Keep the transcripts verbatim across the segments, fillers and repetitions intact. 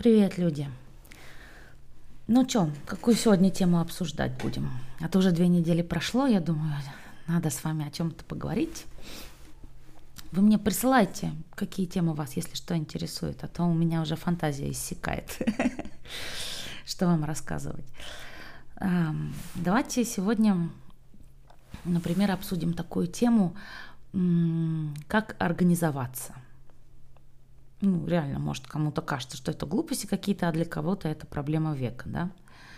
Привет, люди. Ну чё, какую сегодня тему обсуждать будем? А то уже две недели прошло, я думаю, надо с вами о чем-то поговорить. Вы мне присылайте, какие темы вас, если что, интересует, а то у меня уже фантазия иссякает, что вам рассказывать. Давайте сегодня, например, обсудим такую тему, как организоваться. Ну, реально, может, кому-то кажется, что это глупости какие-то, а для кого-то это проблема века, да.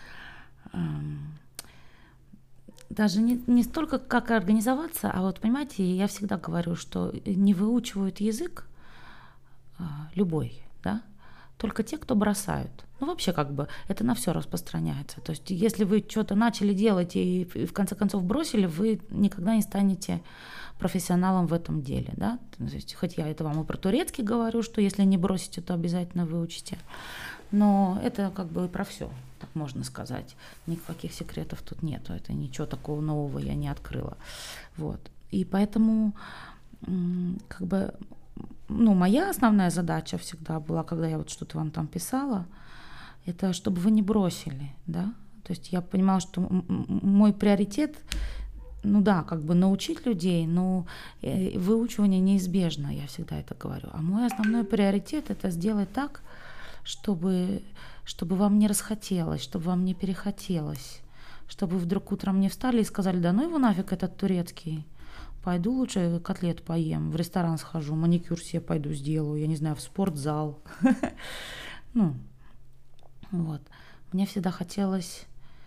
Даже не, не столько, как организоваться, а вот, понимаете, я всегда говорю, что не выучивают язык любой, да, только те, кто бросают. Ну, вообще, как бы, это на все распространяется. То есть, если вы что-то начали делать и в конце концов бросили, вы никогда не станете профессионалом в этом деле, да. То есть, хоть я это вам и про турецкий говорю, что если не бросите, то обязательно выучите. Но это как бы и про все, так можно сказать. Никаких секретов тут нету. Это ничего такого нового я не открыла. Вот. И поэтому, как бы, ну, моя основная задача всегда была, когда я вот что-то вам там писала, это чтобы вы не бросили, да. То есть я понимала, что мой приоритет, ну да, как бы научить людей, но выучивание неизбежно, я всегда это говорю. А мой основной приоритет — это сделать так, чтобы, чтобы вам не расхотелось, чтобы вам не перехотелось, чтобы вы вдруг утром не встали и сказали: да ну его нафиг этот турецкий, пойду лучше котлет поем, в ресторан схожу, маникюр себе пойду сделаю, я не знаю, в спортзал. Ну, вот. Мне всегда хотелось,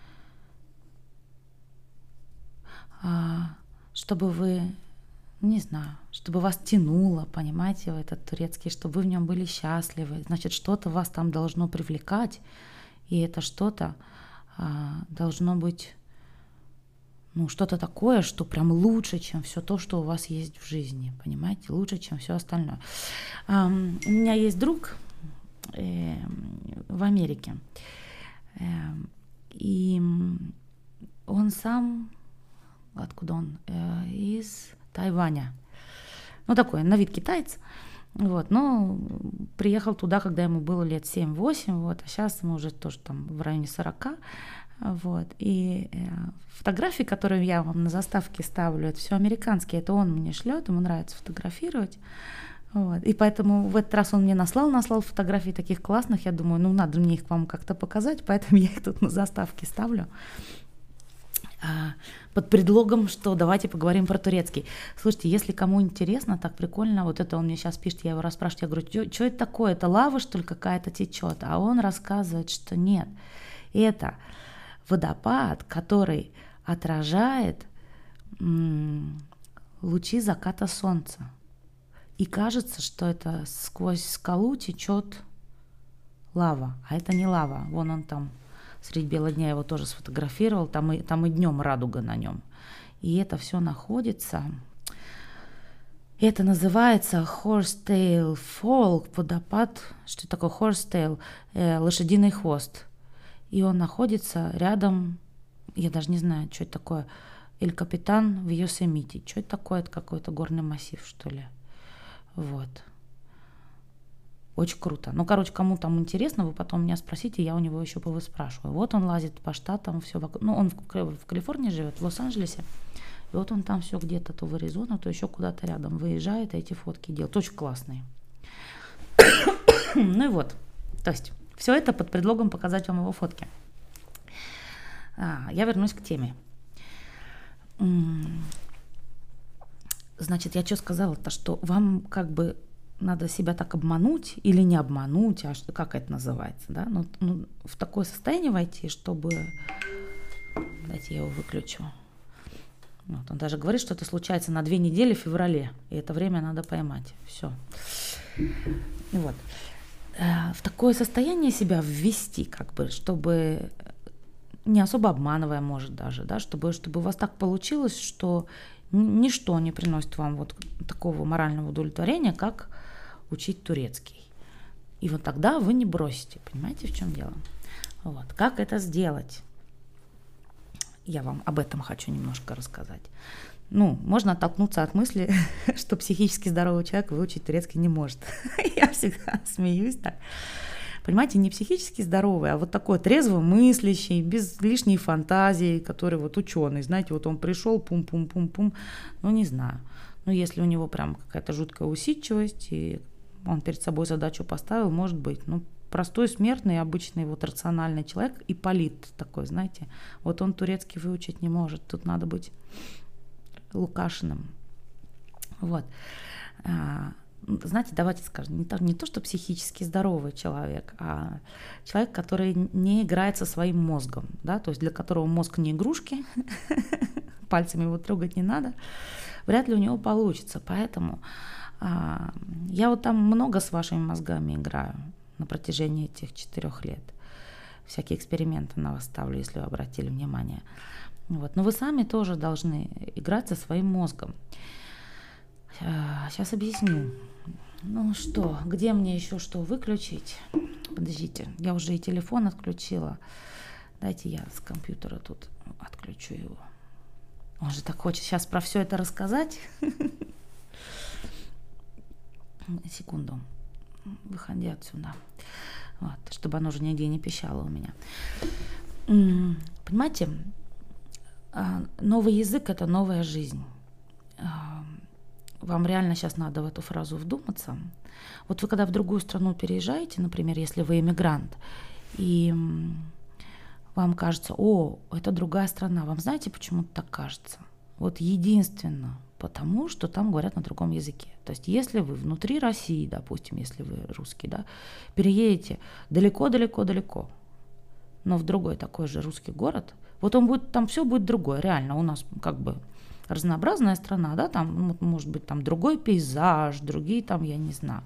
чтобы вы, не знаю, чтобы вас тянуло, понимаете, в этот турецкий, чтобы вы в нем были счастливы. Значит, что-то вас там должно привлекать, и это что-то а, должно быть, ну, что-то такое, что прям лучше, чем все то, что у вас есть в жизни, понимаете, лучше, чем все остальное. А, у меня есть друг э, в Америке, э, и он сам, откуда он, э, из Тайваня. Ну, такой, на вид китаец. Вот, но приехал туда, когда ему было лет семь-восемь, вот, а сейчас ему уже тоже там в районе сорока. Вот, и э, фотографии, которые я вам на заставке ставлю, это все американские, это он мне шлет, ему нравится фотографировать. Вот, и поэтому в этот раз он мне наслал, наслал фотографий таких классных, я думаю, ну, надо мне их вам как-то показать, поэтому я их тут на заставке ставлю. Под предлогом, что давайте поговорим про турецкий. Слушайте, если кому интересно, так прикольно, вот это он мне сейчас пишет, я его расспрашиваю, я говорю, что это такое, это лава, что ли, какая-то течет? А он рассказывает, что нет, это водопад, который отражает м- лучи заката солнца. И кажется, что это сквозь скалу течет лава, а это не лава, вон он там. Средь бела дня его тоже сфотографировал, там и, там и днем радуга на нем. И это все находится. Это называется Horsetail Fall, водопад. Что такое Horsetail? Э, лошадиный хвост. И он находится рядом, я даже не знаю, что это такое, Эль Капитан в Йосемите. Что это такое? Это какой-то горный массив, что ли. Вот. Очень круто. Ну, короче, кому там интересно, вы потом меня спросите, я у него еще повыспрашиваю. Вот он лазит по штатам, все вокруг. Ну, он в, в Калифорнии живет, в Лос-Анджелесе. И вот он там все где-то, то в Аризону, то еще куда-то рядом выезжает, и эти фотки делает. Очень классные. Ну и вот. То есть, все это под предлогом показать вам его фотки. А, я вернусь к теме. Значит, я что сказала-то, что вам как бы надо себя так обмануть или не обмануть, а что, как это называется, да? Ну, ну, в такое состояние войти, чтобы... Дайте я его выключу. Вот, он даже говорит, что это случается на две недели в феврале, и это время надо поймать. Все. Вот. В такое состояние себя ввести, как бы, чтобы... Не особо обманывая, может, даже, да, чтобы, чтобы у вас так получилось, что ничто не приносит вам вот такого морального удовлетворения, как учить турецкий. И вот тогда вы не бросите. Понимаете, в чем дело? Вот. Как это сделать? Я вам об этом хочу немножко рассказать. Ну, можно оттолкнуться от мысли, что психически здоровый человек выучить турецкий не может. Я всегда смеюсь так. понимаете, не психически здоровый, а вот такой трезвомыслящий, без лишней фантазии, который вот ученый, знаете, вот он пришел, пум-пум-пум-пум, ну не знаю, ну если у него прям какая-то жуткая усидчивость, и он перед собой задачу поставил, может быть, ну простой смертный, обычный вот рациональный человек, Ипполит такой, знаете, вот он турецкий выучить не может, тут надо быть Лукашиным, вот. Знаете, давайте скажем, не то, не то, что психически здоровый человек, а человек, который не играет со своим мозгом, да, то есть для которого мозг не игрушки, пальцами его трогать не надо, вряд ли у него получится. Поэтому а, я вот там много с вашими мозгами играю на протяжении этих четырех лет. Всякие эксперименты на вас ставлю, если вы обратили внимание. Вот. Но вы сами тоже должны играть со своим мозгом. Сейчас объясню. Ну что, где мне еще что выключить? Подождите, я уже и телефон отключила. Дайте я с компьютера тут отключу его. Он же так хочет сейчас про все это рассказать. Секунду. Выходи отсюда. Вот, чтобы оно уже нигде не пищало у меня. Понимаете, новый язык — это новая жизнь. Вам реально сейчас надо в эту фразу вдуматься. Вот вы когда в другую страну переезжаете, например, если вы иммигрант, и вам кажется, о, это другая страна. Вам знаете, почему так кажется? Вот единственно потому, что там говорят на другом языке. То есть если вы внутри России, допустим, если вы русский, да, переедете далеко-далеко-далеко, но в другой такой же русский город, вот он будет, там все будет другое, реально. У нас как бы разнообразная страна, да, там может быть там другой пейзаж, другие там, я не знаю,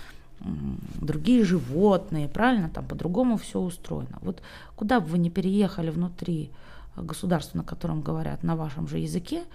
другие животные, правильно, там по-другому все устроено. Вот куда бы вы ни переехали внутри государства, на котором говорят на вашем же языке,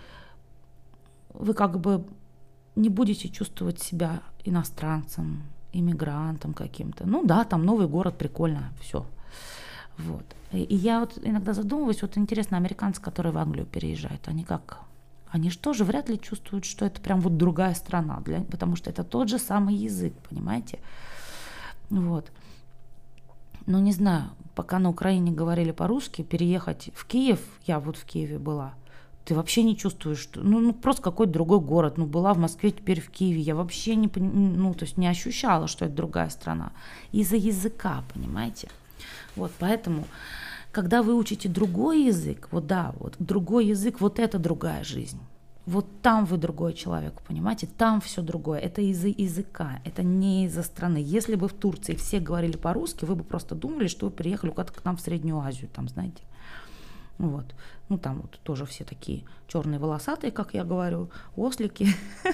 вы как бы не будете чувствовать себя иностранцем, иммигрантом каким-то. Ну да, там новый город, прикольно, все. Вот. И, и я вот иногда задумываюсь, вот интересно, американцы, которые в Англию переезжают, они как... Они же тоже вряд ли чувствуют, что это прям вот другая страна, для, потому что это тот же самый язык, понимаете? Вот. Ну, не знаю, пока на Украине говорили по-русски, переехать в Киев, я вот в Киеве была, ты вообще не чувствуешь, что, ну, ну просто какой-то другой город, ну, была в Москве, теперь в Киеве, я вообще не, ну, то есть не ощущала, что это другая страна, из-за языка, понимаете? Вот, поэтому... Когда вы учите другой язык, вот да, вот другой язык, вот это другая жизнь. Вот там вы другой человек, понимаете, там все другое. Это из-за языка, это не из-за страны. Если бы в Турции все говорили по-русски, вы бы просто думали, что вы приехали куда-то к нам в Среднюю Азию, там, знаете. Вот. Ну, там вот тоже все такие черные волосатые, как я говорю, ослики.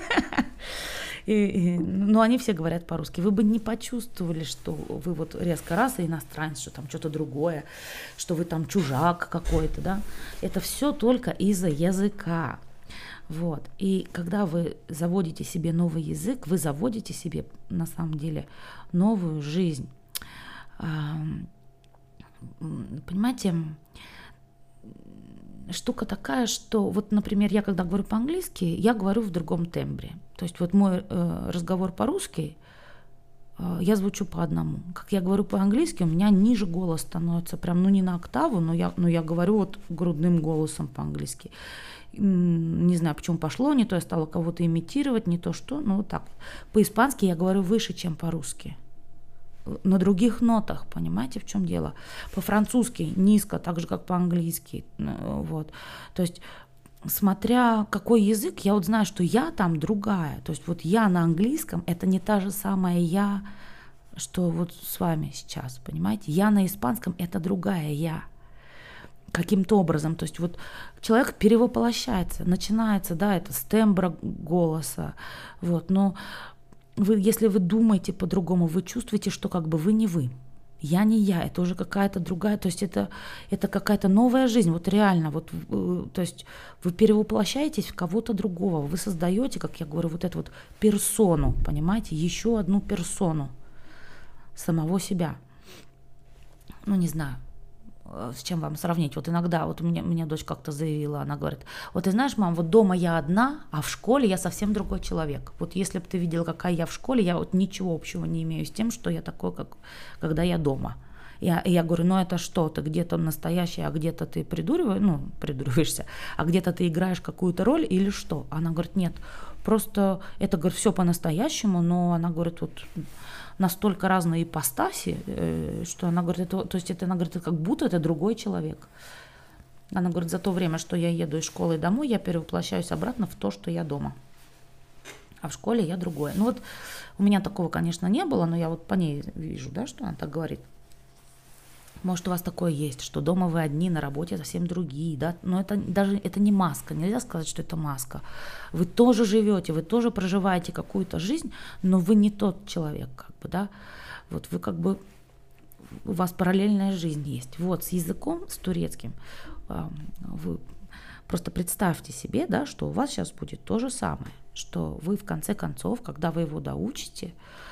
И, и, но они все говорят по-русски. Вы бы не почувствовали, что вы вот резко раз и иностранец, что там что-то другое, что вы там чужак какой-то, да. Это все только из-за языка. Вот. И когда вы заводите себе новый язык, вы заводите себе на самом деле новую жизнь. Понимаете, штука такая, что вот, например, я когда говорю по-английски, я говорю в другом тембре. То есть вот мой э, разговор по-русски, э, я звучу по одному. Как я говорю по-английски, у меня ниже голос становится, прям, ну не на октаву, но я, но я говорю вот грудным голосом по-английски. Не знаю, почему пошло, не то я стала кого-то имитировать, не то что, ну вот так. По-испански я говорю выше, чем по-русски. На других нотах, понимаете, в чем дело? По-французски низко, так же, как по-английски. Вот. То есть, смотря какой язык, я вот знаю, что я там другая. То есть, вот я на английском, это не та же самая я, что вот с вами сейчас, понимаете? Я на испанском, это другая я. Каким-то образом. То есть, вот человек перевоплощается, начинается, да, это с тембра голоса, вот, но Вы, если вы думаете по-другому, вы чувствуете, что как бы вы не вы. Я не я, это уже какая-то другая, то есть это, это какая-то новая жизнь, вот реально, вот, то есть вы перевоплощаетесь в кого-то другого, вы создаете, как я говорю, вот эту вот персону, понимаете, еще одну персону самого себя. Ну, не знаю, с чем вам сравнить. Вот иногда, вот у меня, меня дочь как-то заявила, она говорит, вот ты знаешь, мам, вот дома я одна, а в школе я совсем другой человек. Вот если бы ты видела, какая я в школе, я вот ничего общего не имею с тем, что я такой, как когда я дома. Я, я говорю, ну это что, ты где-то настоящий, а где-то ты придуриваешь, ну, придуриваешься, а где-то ты играешь какую-то роль или что? Она говорит, нет, просто это, говорит, все по-настоящему, но она говорит, вот настолько разные ипостаси, что она говорит, это, то есть это, она говорит, как будто это другой человек. Она говорит, за то время, что я еду из школы домой, я перевоплощаюсь обратно в то, что я дома. А в школе я другое. Ну вот у меня такого, конечно, не было, но я вот по ней вижу, да, что она так говорит. Может, у вас такое есть, что дома вы одни, на работе совсем другие, да, но это даже это не маска, нельзя сказать, что это маска. Вы тоже живете, вы тоже проживаете какую-то жизнь, но вы не тот человек, как бы, да, вот вы как бы, у вас параллельная жизнь есть. Вот с языком, с турецким, вы просто представьте себе, да, что у вас сейчас будет то же самое, что вы в конце концов, когда вы его доучите,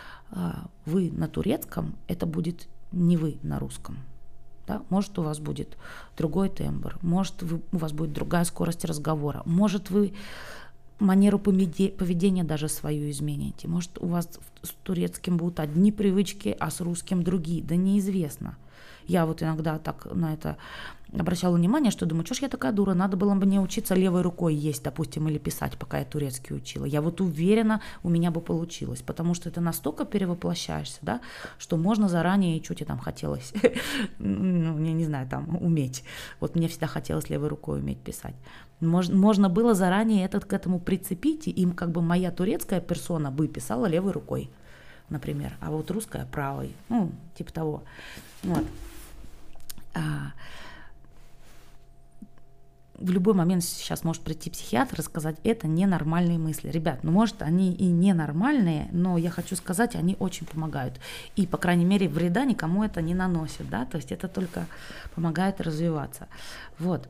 вы на турецком, это будет не вы на русском. Да? Может, у вас будет другой тембр, может, вы, у вас будет другая скорость разговора, может, вы манеру поведения даже свою измените, может, у вас с турецким будут одни привычки, а с русским другие, да неизвестно. Я вот иногда так на это обращала внимание, что думаю, что ж я такая дура, надо было бы мне учиться левой рукой есть, допустим, или писать, пока я турецкий учила. Я вот уверена, у меня бы получилось, потому что ты настолько перевоплощаешься, да, что можно заранее, что тебе там хотелось, ну, я не знаю, там, уметь. Вот мне всегда хотелось левой рукой уметь писать. Можно было заранее этот к этому прицепить, и им как бы моя турецкая персона бы писала левой рукой, например, а вот русская правой, ну, типа того. Вот. А, в любой момент сейчас может прийти психиатр и сказать, это ненормальные мысли. Ребят, ну может они и ненормальные, но я хочу сказать, они очень помогают. И, по крайней мере, вреда никому это не наносит, да, то есть это только помогает развиваться. Вот.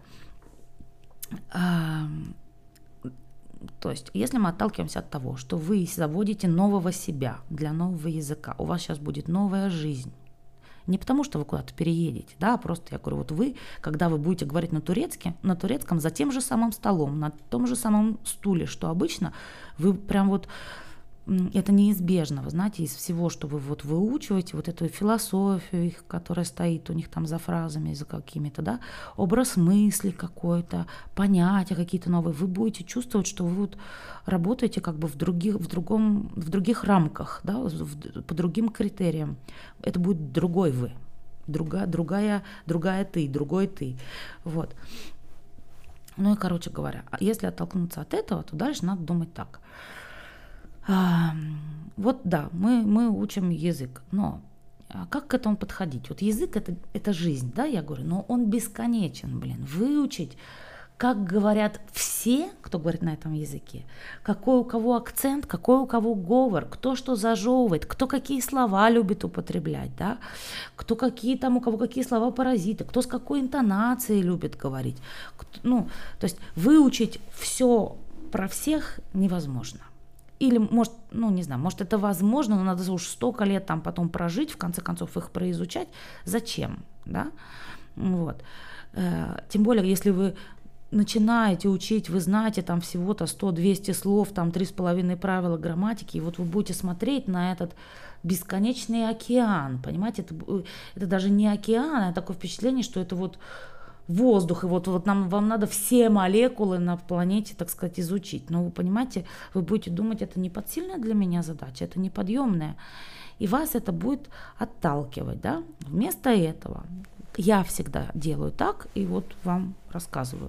А, то есть, если мы отталкиваемся от того, что вы заводите нового себя для нового языка, у вас сейчас будет новая жизнь. Не потому, что вы куда-то переедете, да, просто я говорю, вот вы, когда вы будете говорить на турецком, на турецком за тем же самым столом, на том же самом стуле, что обычно, вы прям вот, это неизбежно, вы знаете, из всего, что вы вот выучиваете, вот эту философию их, которая стоит у них там за фразами, за какими-то, да, образ мысли какой-то, понятия какие-то новые, вы будете чувствовать, что вы вот работаете как бы в других, в другом, в других рамках, да, в, по другим критериям. Это будет другой вы, другая, другая, другая ты, другой ты, вот. Ну и, короче говоря, если оттолкнуться от этого, то дальше надо думать так. А, вот да, мы, мы учим язык, но как к этому подходить? Вот язык это, это жизнь, да, я говорю, но он бесконечен, блин. Выучить, как говорят все, кто говорит на этом языке, какой у кого акцент, какой у кого говор, кто что зажевывает, кто какие слова любит употреблять, да, кто какие там, у кого какие слова паразиты, кто с какой интонацией любит говорить. Кто, ну, то есть выучить все про всех невозможно. Или, может, ну, не знаю, может, это возможно, но надо уж столько лет там потом прожить, в конце концов, их произучать. Зачем, да? Вот. Тем более, если вы начинаете учить, вы знаете там всего-то сто-двести слов, там три с половиной правила грамматики, и вот вы будете смотреть на этот бесконечный океан, понимаете? Это, это даже не океан, а такое впечатление, что это вот воздух, и вот, вот нам, вам надо все молекулы на планете, так сказать, изучить. Но вы понимаете, вы будете думать, это не подсильная для меня задача, это неподъемная. И вас это будет отталкивать, да? Вместо этого я всегда делаю так, и вот вам рассказываю.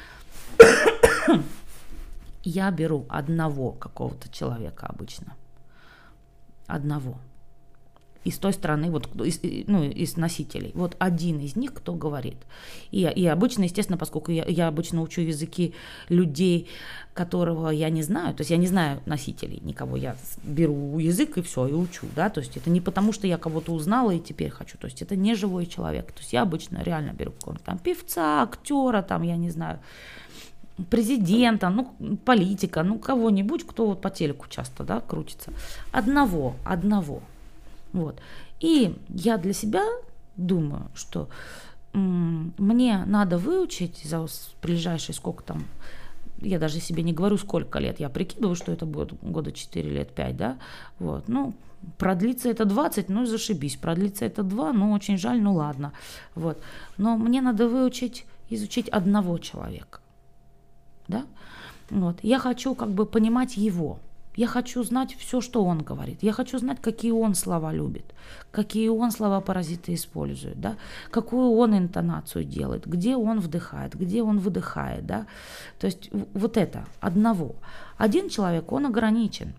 Я беру одного какого-то человека обычно. Одного. Из той стороны, вот, из, ну, из носителей. Вот один из них, кто говорит. И, и обычно, естественно, поскольку я, я обычно учу языки людей, которого я не знаю, то есть я не знаю носителей никого, я беру язык и все, и учу, да, то есть это не потому, что я кого-то узнала и теперь хочу, то есть это не живой человек, то есть я обычно реально беру какого-то там певца, актера, там, я не знаю, президента, ну, политика, ну, кого-нибудь, кто вот по телеку часто, да, крутится. Одного, одного. Вот. И я для себя думаю, что мне надо выучить за ближайшие сколько там, я даже себе не говорю, сколько лет, я прикидываю, что это будет года четыре лет, пять, да, вот, ну, продлится это двадцать, ну, зашибись, продлится это два, ну, очень жаль, ну, ладно, вот, но мне надо выучить, изучить одного человека, да, вот, я хочу как бы понимать его. Я хочу знать все, что он говорит. Я хочу знать, какие он слова любит, какие он слова-паразиты использует, да? Какую он интонацию делает, где он вдыхает, где он выдыхает. Да? То есть вот это одного. Один человек, он ограничен.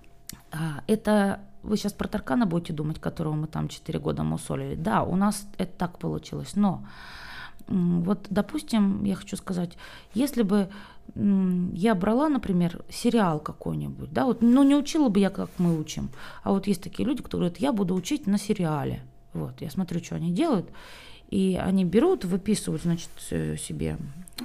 Это вы сейчас про Таркана будете думать, которого мы там четыре года мусолили. Да, у нас это так получилось. Но вот, допустим, я хочу сказать, если бы я брала, например, сериал какой-нибудь, да, вот, ну не учила бы я, как мы учим, а вот есть такие люди, которые говорят, я буду учить на сериале, вот, я смотрю, что они делают, и они берут, выписывают, значит, себе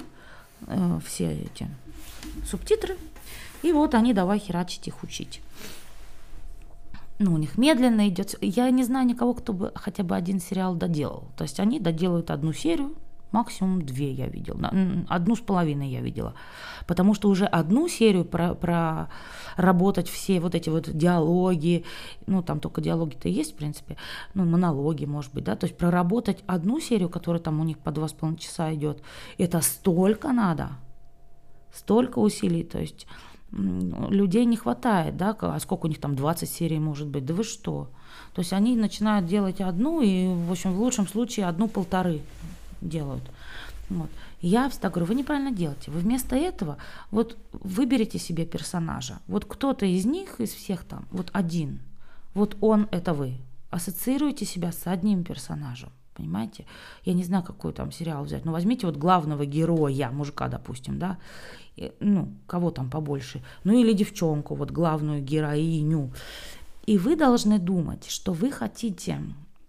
э, все эти субтитры, и вот они давай херачить их учить. Ну, у них медленно идет, я не знаю никого, кто бы хотя бы один сериал доделал, то есть они доделают одну серию, максимум две я видела, одну с половиной я видела, потому что уже одну серию про, проработать все вот эти вот диалоги, ну там только диалоги-то и есть в принципе, ну монологи может быть, да, то есть проработать одну серию, которая там у них по два с половиной часа идет, это столько надо, столько усилий, то есть людей не хватает, да, а сколько у них там двадцать серий может быть, да вы что, то есть они начинают делать одну и в общем в лучшем случае одну-полторы делают. Вот. Я всегда говорю, вы неправильно делаете. Вы вместо этого вот выберите себе персонажа. Вот кто-то из них, из всех там, вот один, вот он это вы. Ассоциируйте себя с одним персонажем. Понимаете? Я не знаю, какой там сериал взять. Но возьмите вот главного героя, мужика, допустим, да, и, ну, кого там побольше. Ну или девчонку, вот главную героиню. И вы должны думать, что вы хотите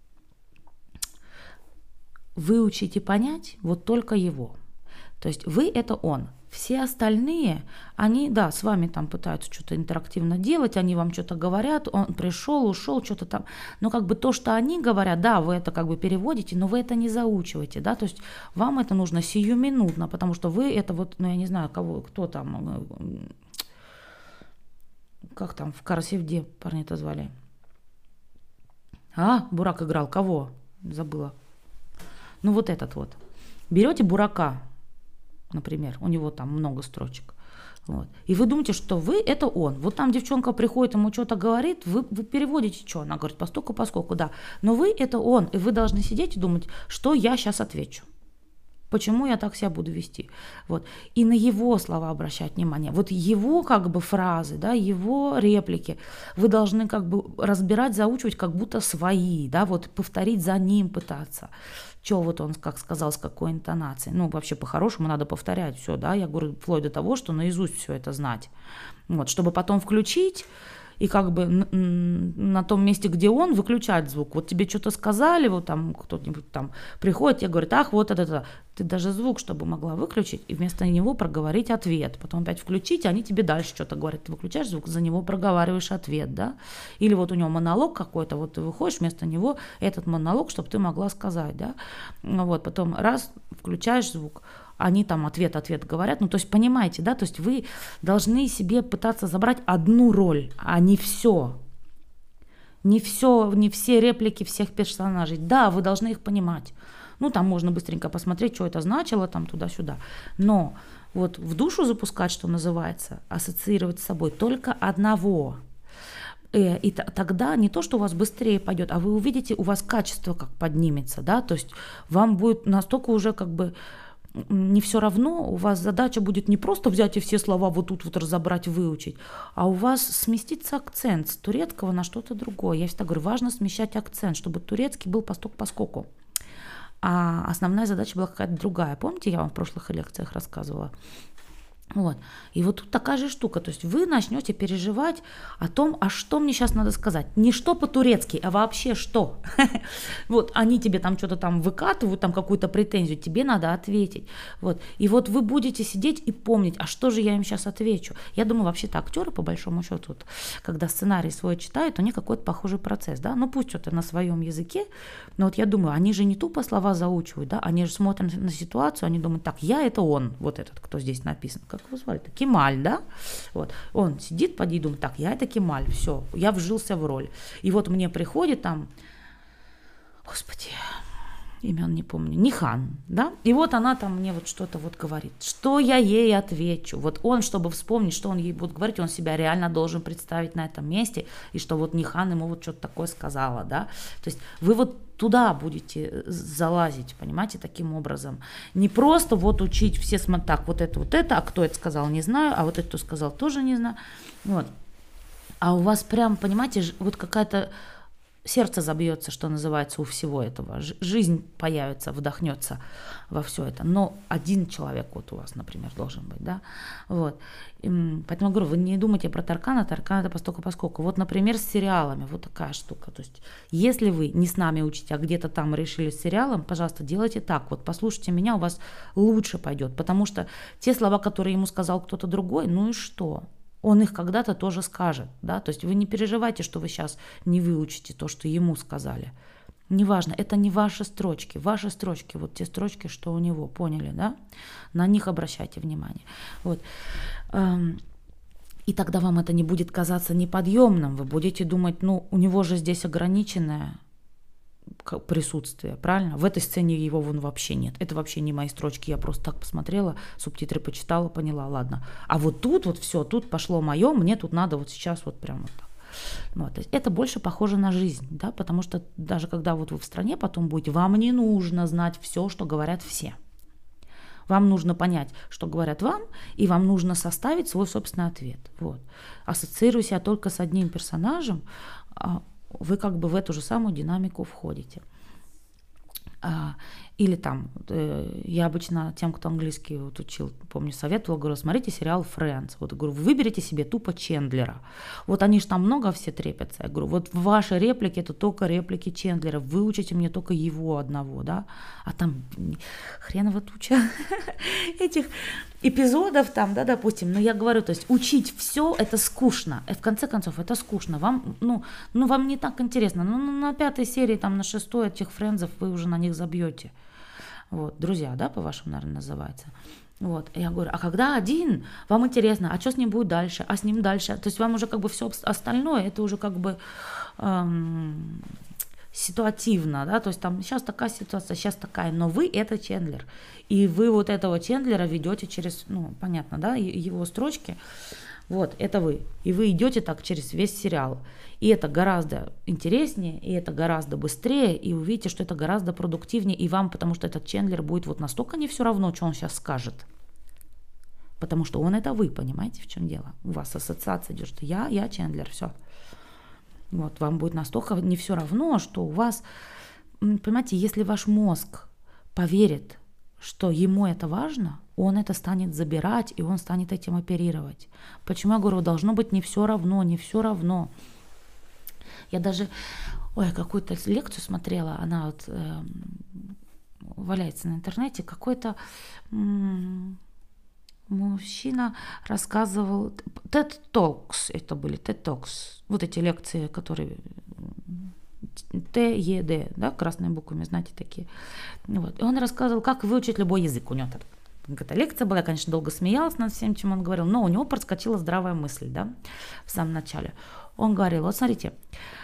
выучить и понять вот только его. То есть вы – это он. Все остальные, они, да, с вами там пытаются что-то интерактивно делать, они вам что-то говорят, он пришел, ушел, что-то там. Но как бы то, что они говорят, да, вы это как бы переводите, но вы это не заучиваете, да, то есть вам это нужно сиюминутно, потому что вы это вот, ну я не знаю, кого, кто там, как там в Карасевде парня-то звали. А, Бурак играл, кого? Забыла. Ну вот этот вот. Берете Бурака, например, у него там много строчек. Вот. И вы думаете, что вы это он. Вот там девчонка приходит, ему что-то говорит, вы, вы переводите, что она говорит, постольку, поскольку, да. Но вы это он, и вы должны сидеть и думать, что я сейчас отвечу. Почему я так себя буду вести? Вот. И на его слова обращать внимание. Вот его как бы фразы, да, его реплики вы должны как бы разбирать, заучивать как будто свои, да, вот повторить за ним пытаться. Что вот он как сказал, с какой интонацией. Ну, вообще по-хорошему надо повторять все, да, я говорю, вплоть до того, что наизусть все это знать. Вот, чтобы потом включить и как бы на том месте, где он, выключать звук. Вот тебе что-то сказали, вот там кто-нибудь там приходит, я говорю, ах, вот это, это. Ты даже звук, чтобы могла выключить, и вместо него проговорить ответ. Потом опять включить, и они тебе дальше что-то говорят. Ты выключаешь звук, за него проговариваешь ответ, да. Или вот у него монолог какой-то, вот ты выходишь, вместо него этот монолог, чтобы ты могла сказать, да. Вот, потом раз, включаешь звук, они там ответ-ответ говорят, ну то есть понимаете, да, то есть вы должны себе пытаться забрать одну роль, а не все, не все, не все реплики всех персонажей, да, вы должны их понимать, ну там можно быстренько посмотреть, что это значило, там туда-сюда, но вот в душу запускать, что называется, ассоциировать с собой только одного. И тогда не то, что у вас быстрее пойдет, а вы увидите, у вас качество как поднимется, да, то есть вам будет настолько уже как бы не все равно, у вас задача будет не просто взять и все слова вот тут вот разобрать, выучить, а у вас сместится акцент с турецкого на что-то другое. Я всегда говорю, важно смещать акцент, чтобы турецкий был посток-поскоку. А основная задача была какая-то другая. Помните, я вам в прошлых лекциях рассказывала? Вот. И вот тут такая же штука, то есть вы начнете переживать о том, а что мне сейчас надо сказать. Не что по-турецки, а вообще что. Вот, они тебе там что-то там выкатывают, там какую-то претензию, тебе надо ответить. Вот. И вот вы будете сидеть и помнить, а что же я им сейчас отвечу. Я думаю, вообще-то актеры, по большому счету, вот, когда сценарий свой читают, у них какой-то похожий процесс, да, ну пусть это на своем языке, но вот я думаю, они же не тупо слова заучивают, да, они же смотрят на ситуацию, они думают, так, я это он, вот этот, кто здесь написан, как его звали-то? Кемаль, да? Вот. Он сидит, поди, думает, так, я это Кемаль, все, я вжился в роль. И вот мне приходит там, господи, имен не помню, Нихан, да? И вот она там мне вот что-то вот говорит. Что я ей отвечу? Вот он, чтобы вспомнить, что он ей будет говорить, он себя реально должен представить на этом месте, и что вот Нихан ему вот что-то такое сказала, да? То есть вы вот туда будете залазить, понимаете, таким образом. Не просто вот учить все, смотри, так, вот это, вот это, а кто это сказал, не знаю, а вот это, кто сказал, тоже не знаю. Вот. А у вас прям, понимаете, вот какая-то сердце забьется, что называется, у всего этого. Жизнь появится, вдохнется во все это. Но один человек вот у вас, например, должен быть, да. Вот. И поэтому говорю, вы не думайте про Таркана, Таркан это постольку поскольку. Вот, например, с сериалами, вот такая штука. То есть, если вы не с нами учите, а где-то там решили с сериалом, пожалуйста, делайте так. Вот послушайте меня, у вас лучше пойдет. Потому что те слова, которые ему сказал кто-то другой, ну и что? Он их когда-то тоже скажет, да, то есть вы не переживайте, что вы сейчас не выучите то, что ему сказали. Неважно, это не ваши строчки, ваши строчки, вот те строчки, что у него, поняли, да, на них обращайте внимание, вот. И тогда вам это не будет казаться неподъемным, вы будете думать, ну, у него же здесь ограниченное присутствие, правильно? В этой сцене его вон вообще нет. Это вообще не мои строчки. Я просто так посмотрела, субтитры почитала, поняла, ладно. А вот тут вот все, тут пошло мое, мне тут надо вот сейчас вот прям вот так. Вот. Это больше похоже на жизнь, да, потому что даже когда вот вы в стране потом будете, вам не нужно знать все, что говорят все. Вам нужно понять, что говорят вам, и вам нужно составить свой собственный ответ. Вот. Ассоциируя себя только с одним персонажем, вы как бы в эту же самую динамику входите. Или там, я обычно тем, кто английский вот учил, помню, советовала, говорю, смотрите сериал Friends. Вот, говорю, выберите себе тупо Чендлера. Вот они же там много все трепятся. Я говорю, вот в вашей реплике это только реплики Чендлера. Выучите мне только его одного, да. А там хреново туча этих эпизодов там, да, допустим. Но я говорю, то есть учить все это скучно. И в конце концов, это скучно. Вам, ну, ну, вам не так интересно. Ну, на пятой серии, там, на шестой этих френдзов вы уже на них забьете. Вот, друзья, да, по-вашему, наверное, называется. Вот, я говорю, а когда один, вам интересно, а что с ним будет дальше, а с ним дальше, то есть вам уже как бы все остальное, это уже как бы эм, ситуативно, да, то есть там сейчас такая ситуация, сейчас такая, но вы это Чендлер, и вы вот этого Чендлера ведете через, ну, понятно, да, его строчки, вот, это вы, и вы идете так через весь сериал. И это гораздо интереснее, и это гораздо быстрее, и увидите, что это гораздо продуктивнее и вам, потому что этот Чендлер будет вот настолько не все равно, что он сейчас скажет. Потому что он это вы, понимаете, в чем дело? У вас ассоциация идет, что я, я Чендлер, все. Вот, вам будет настолько не все равно, что у вас, понимаете, если ваш мозг поверит, что ему это важно, он это станет забирать, и он станет этим оперировать. Почему я говорю, должно быть не все равно, не все равно. Я даже, ой, какую-то лекцию смотрела, она вот э, валяется на интернете, какой-то м- мужчина рассказывал, TED Talks, это были TED Talks, вот эти лекции, которые Т Е Д, да, красными буквами, знаете, такие. Вот. И он рассказывал, как выучить любой язык. У него какая-то лекция была, я, конечно, долго смеялась над всем, чем он говорил, но у него проскочила здравая мысль, да, в самом начале. Он говорил, вот смотрите,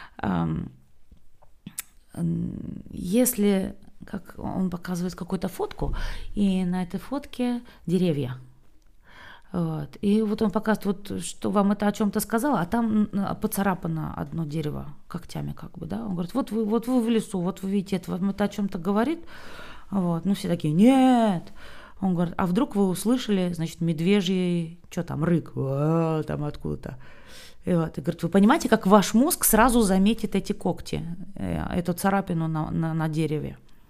если, как он показывает какую-то фотку, и на этой фотке деревья. Вот. И вот он показывает, вот, что вам это о чем-то сказала, а там поцарапано одно дерево когтями, как бы, да. Он говорит, вот вы, вот вы в лесу, вот вы видите, это вам это о чем-то говорит. Вот. Ну, все такие, нет. Он говорит, а вдруг вы услышали, значит, медвежий, что там, рык, а, там откуда-то. И вот, и говорит, вы понимаете, как ваш мозг сразу заметит эти когти, эту царапину на, на, на дереве.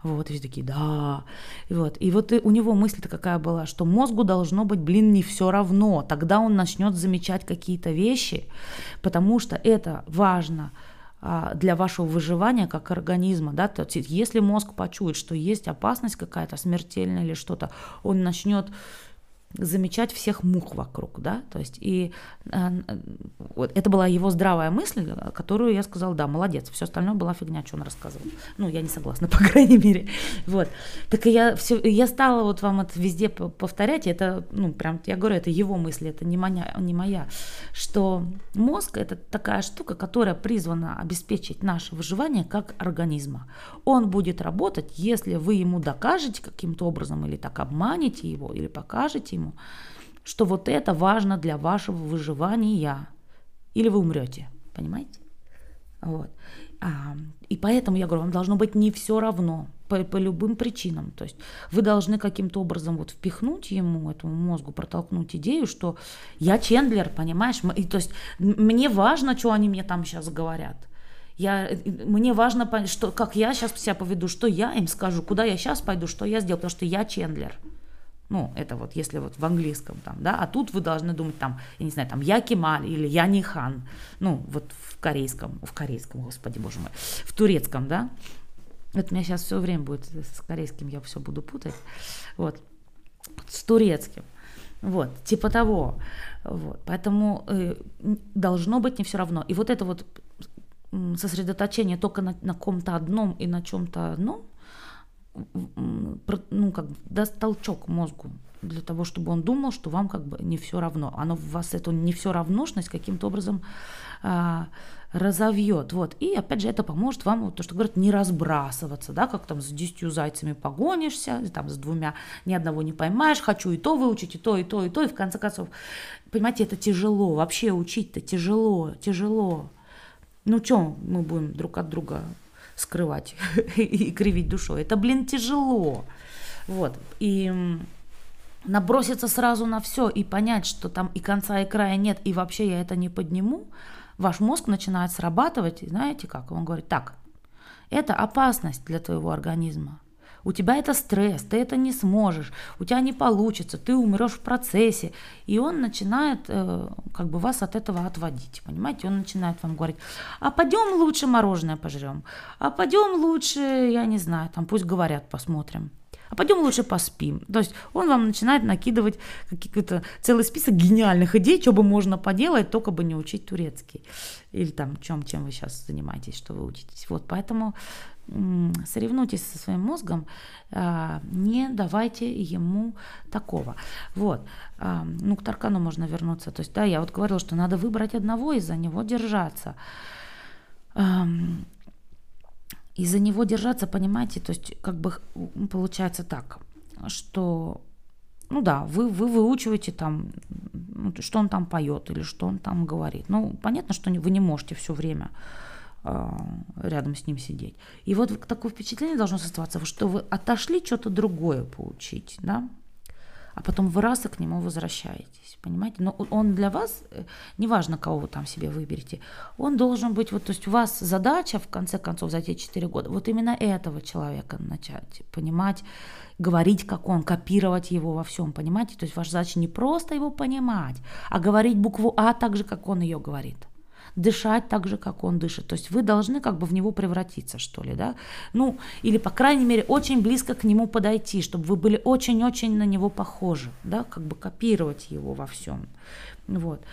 Вот, и все такие, да. И вот, и вот и у него мысль-то какая была, что мозгу должно быть, блин, не все равно. Тогда он начнет замечать какие-то вещи, потому что это важно а, для вашего выживания как организма. Да? То есть, если мозг почует, что есть опасность какая-то смертельная или что-то, он начнет замечать всех мух вокруг, да, то есть и э, вот это была его здравая мысль, которую я сказала, да, молодец, все остальное была фигня, что он рассказывал. Ну, я не согласна, по крайней мере, вот. Так и я, все, я стала вот вам это везде повторять, и это, ну, прям, я говорю, это его мысли, это не моя, не моя, что мозг — это такая штука, которая призвана обеспечить наше выживание как организма. Он будет работать, если вы ему докажете каким-то образом, или так обманете его, или покажете ему, что вот это важно для вашего выживания, или вы умрете, понимаете? Вот. А, и поэтому я говорю, вам должно быть не все равно по, по любым причинам. То есть вы должны каким-то образом вот впихнуть ему, этому мозгу, протолкнуть идею, что я Чендлер, понимаешь? И, то есть мне важно, что они мне там сейчас говорят. Я, мне важно, что, как я сейчас себя поведу, что я им скажу, куда я сейчас пойду, что я сделаю, потому что я Чендлер. Ну, это вот если вот в английском там, да, а тут вы должны думать там, я не знаю, там, я Кемаль или я Нихан, ну, вот в корейском, в корейском, господи, боже мой, в турецком, да, это у меня сейчас все время будет с корейским, я все буду путать, вот, с турецким, вот, типа того, вот, поэтому э, должно быть не все равно, и вот это вот сосредоточение только на, на ком-то одном и на чем-то одном, ну, как бы даст толчок мозгу для того, чтобы он думал, что вам как бы не все равно. Оно в вас эту не все равношность каким-то образом а, разовьет. Вот. И опять же это поможет вам, вот то, что говорят, не разбрасываться, да, как там с десятью зайцами погонишься, там с двумя ни одного не поймаешь, хочу и то выучить, и то, и то, и то, и в конце концов, понимаете, это тяжело, вообще учить-то тяжело, тяжело. Ну что мы будем друг от друга скрывать и кривить душой. Это, блин, тяжело. Вот. И наброситься сразу на все и понять, что там и конца, и края нет, и вообще я это не подниму, ваш мозг начинает срабатывать, и знаете как? Он говорит, так, это опасность для твоего организма. У тебя это стресс, ты это не сможешь, у тебя не получится, ты умрешь в процессе. И он начинает э, как бы вас от этого отводить, понимаете? Он начинает вам говорить, а пойдем лучше мороженое пожрем, а пойдем лучше, я не знаю, там пусть говорят, посмотрим. А пойдем лучше поспим. То есть он вам начинает накидывать какой-то целый список гениальных идей, что бы можно поделать, только бы не учить турецкий. Или там чем, чем вы сейчас занимаетесь, что вы учитесь. Вот, поэтому м- соревнуйтесь со своим мозгом, а, не давайте ему такого. Вот. А, ну, к Таркану можно вернуться. То есть, да, я вот говорила, что надо выбрать одного и за него держаться. А, И за него держаться, понимаете, то есть как бы получается так, что, ну да, вы, вы выучиваете там, ну, что он там поет или что он там говорит. Ну, понятно, что вы не можете все время э, рядом с ним сидеть. И вот такое впечатление должно создаваться, что вы отошли что-то другое поучить, да, а потом вы раз и к нему возвращаетесь, понимаете? Но он для вас, неважно, кого вы там себе выберете, он должен быть, вот, то есть у вас задача, в конце концов, за эти четыре года, вот именно этого человека начать понимать, говорить, как он, копировать его во всем, понимаете? То есть ваша задача не просто его понимать, а говорить букву А так же, как он ее говорит. Дышать так же, как он дышит. То есть вы должны как бы в него превратиться, что ли, да? Ну, или, по крайней мере, очень близко к нему подойти, чтобы вы были очень-очень на него похожи, да, как бы копировать его во всем. Вот.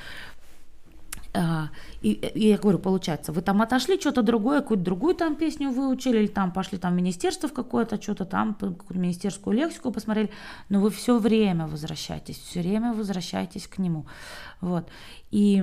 И, и я говорю, получается, вы там отошли, что-то другое, какую-то другую там песню выучили, или там пошли там в министерство в какое-то, что-то там, какую-то министерскую лексику посмотрели, но вы все время возвращаетесь, все время возвращаетесь к нему. Вот. И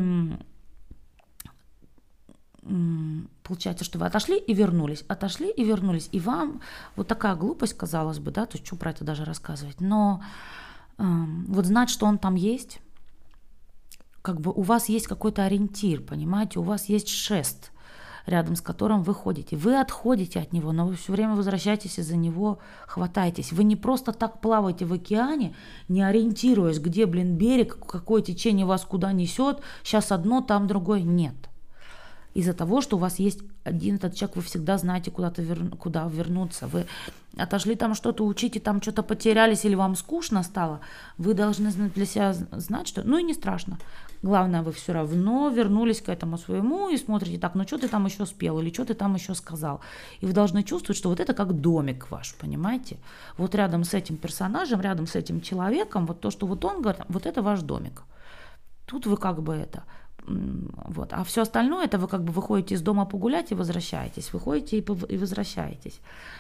получается, что вы отошли и вернулись, отошли и вернулись, и вам вот такая глупость, казалось бы, да, то есть что про это даже рассказывать, но э, вот знать, что он там есть, как бы у вас есть какой-то ориентир, понимаете, у вас есть шест, рядом с которым вы ходите, вы отходите от него, но вы все время возвращаетесь и за него хватаетесь, вы не просто так плаваете в океане, не ориентируясь, где, блин, берег, какое течение вас куда несет, сейчас одно, там другое, нет. из-за того, что у вас есть один этот человек, вы всегда знаете, куда-то вер... куда вернуться. Вы отошли там что-то, учите, там что-то потерялись или вам скучно стало, вы должны для себя знать, что... Ну и не страшно. Главное, вы все равно вернулись к этому своему и смотрите, так, ну что ты там еще спел или что ты там еще сказал. И вы должны чувствовать, что вот это как домик ваш, понимаете? Вот рядом с этим персонажем, рядом с этим человеком, вот то, что вот он говорит, вот это ваш домик. Тут вы как бы это... Вот. А все остальное, это вы как бы выходите из дома погулять и возвращаетесь, выходите и, пов- и возвращаетесь.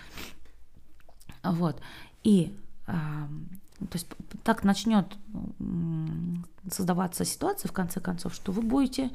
Вот. И а, то есть так начнет создаваться ситуация, в конце концов, что вы будете,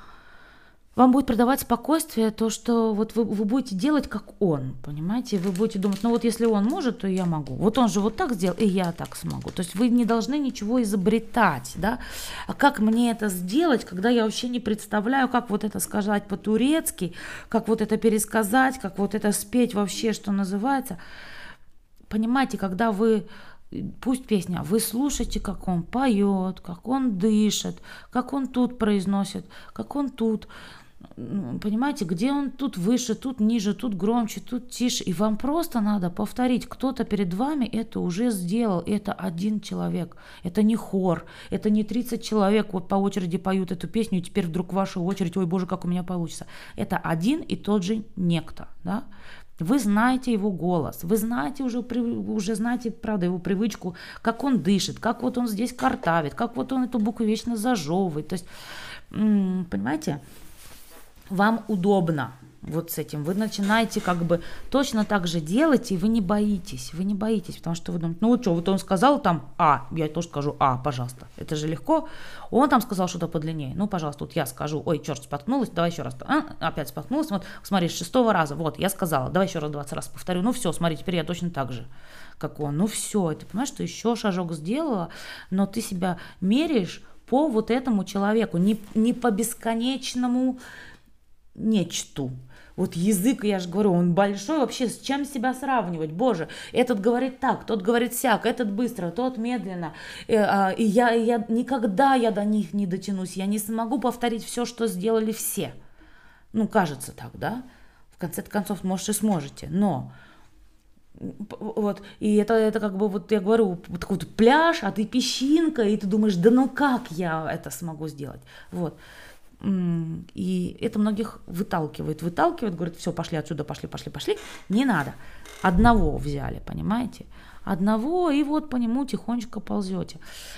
вам будет придавать спокойствие то, что вот вы, вы будете делать как он, понимаете? Вы будете думать, ну вот если он может, то я могу. Вот он же вот так сделал, и я так смогу. То есть вы не должны ничего изобретать, да? А как мне это сделать, когда я вообще не представляю, как вот это сказать по-турецки, как вот это пересказать, как вот это спеть вообще, что называется. Понимаете, когда вы, пусть песня, вы слушаете, как он поет, как он дышит, как он тут произносит, как он тут... Понимаете, где он тут выше, тут ниже, тут громче, тут тише. И вам просто надо повторить. Кто-то перед вами это уже сделал. Это один человек. Это не хор. Это не тридцать человек вот по очереди поют эту песню, и теперь вдруг ваша очередь. Ой, боже, как у меня получится. Это один и тот же некто. Да? Вы знаете его голос. Вы знаете уже, уже знаете, правда, его привычку, как он дышит, как вот он здесь картавит, как вот он эту букву вечно зажевывает. То есть, понимаете... Вам удобно вот с этим. Вы начинаете как бы точно так же делать, и вы не боитесь. Вы не боитесь, потому что вы думаете, ну вот что, вот он сказал там А, я тоже скажу А, пожалуйста. Это же легко. Он там сказал что-то подлиннее. Ну, пожалуйста, вот я скажу, ой, черт, споткнулась, давай еще раз. А, опять споткнулась, вот, смотри, с шестого раза, вот, я сказала, давай еще раз двадцать раз повторю. Ну все, смотри, теперь я точно так же, как он. Ну все, ты понимаешь, что еще шажок сделала, но ты себя меряешь по вот этому человеку, не, не по бесконечному нечту. Вот язык, я же говорю, он большой, вообще с чем себя сравнивать? Боже, этот говорит так, тот говорит сяк, этот быстро, тот медленно. И, а, и я, я никогда я до них не дотянусь, я не смогу повторить все, что сделали все. Ну, кажется так, да? В конце концов, может, и сможете, но... Вот, и это, это как бы, вот я говорю, вот такой вот пляж, а ты песчинка, и ты думаешь, да ну как я это смогу сделать? Вот. И это многих выталкивает, выталкивает, говорит, все, пошли отсюда, пошли, пошли, пошли. Не надо. Одного взяли, понимаете? Одного, и вот по нему тихонечко ползете.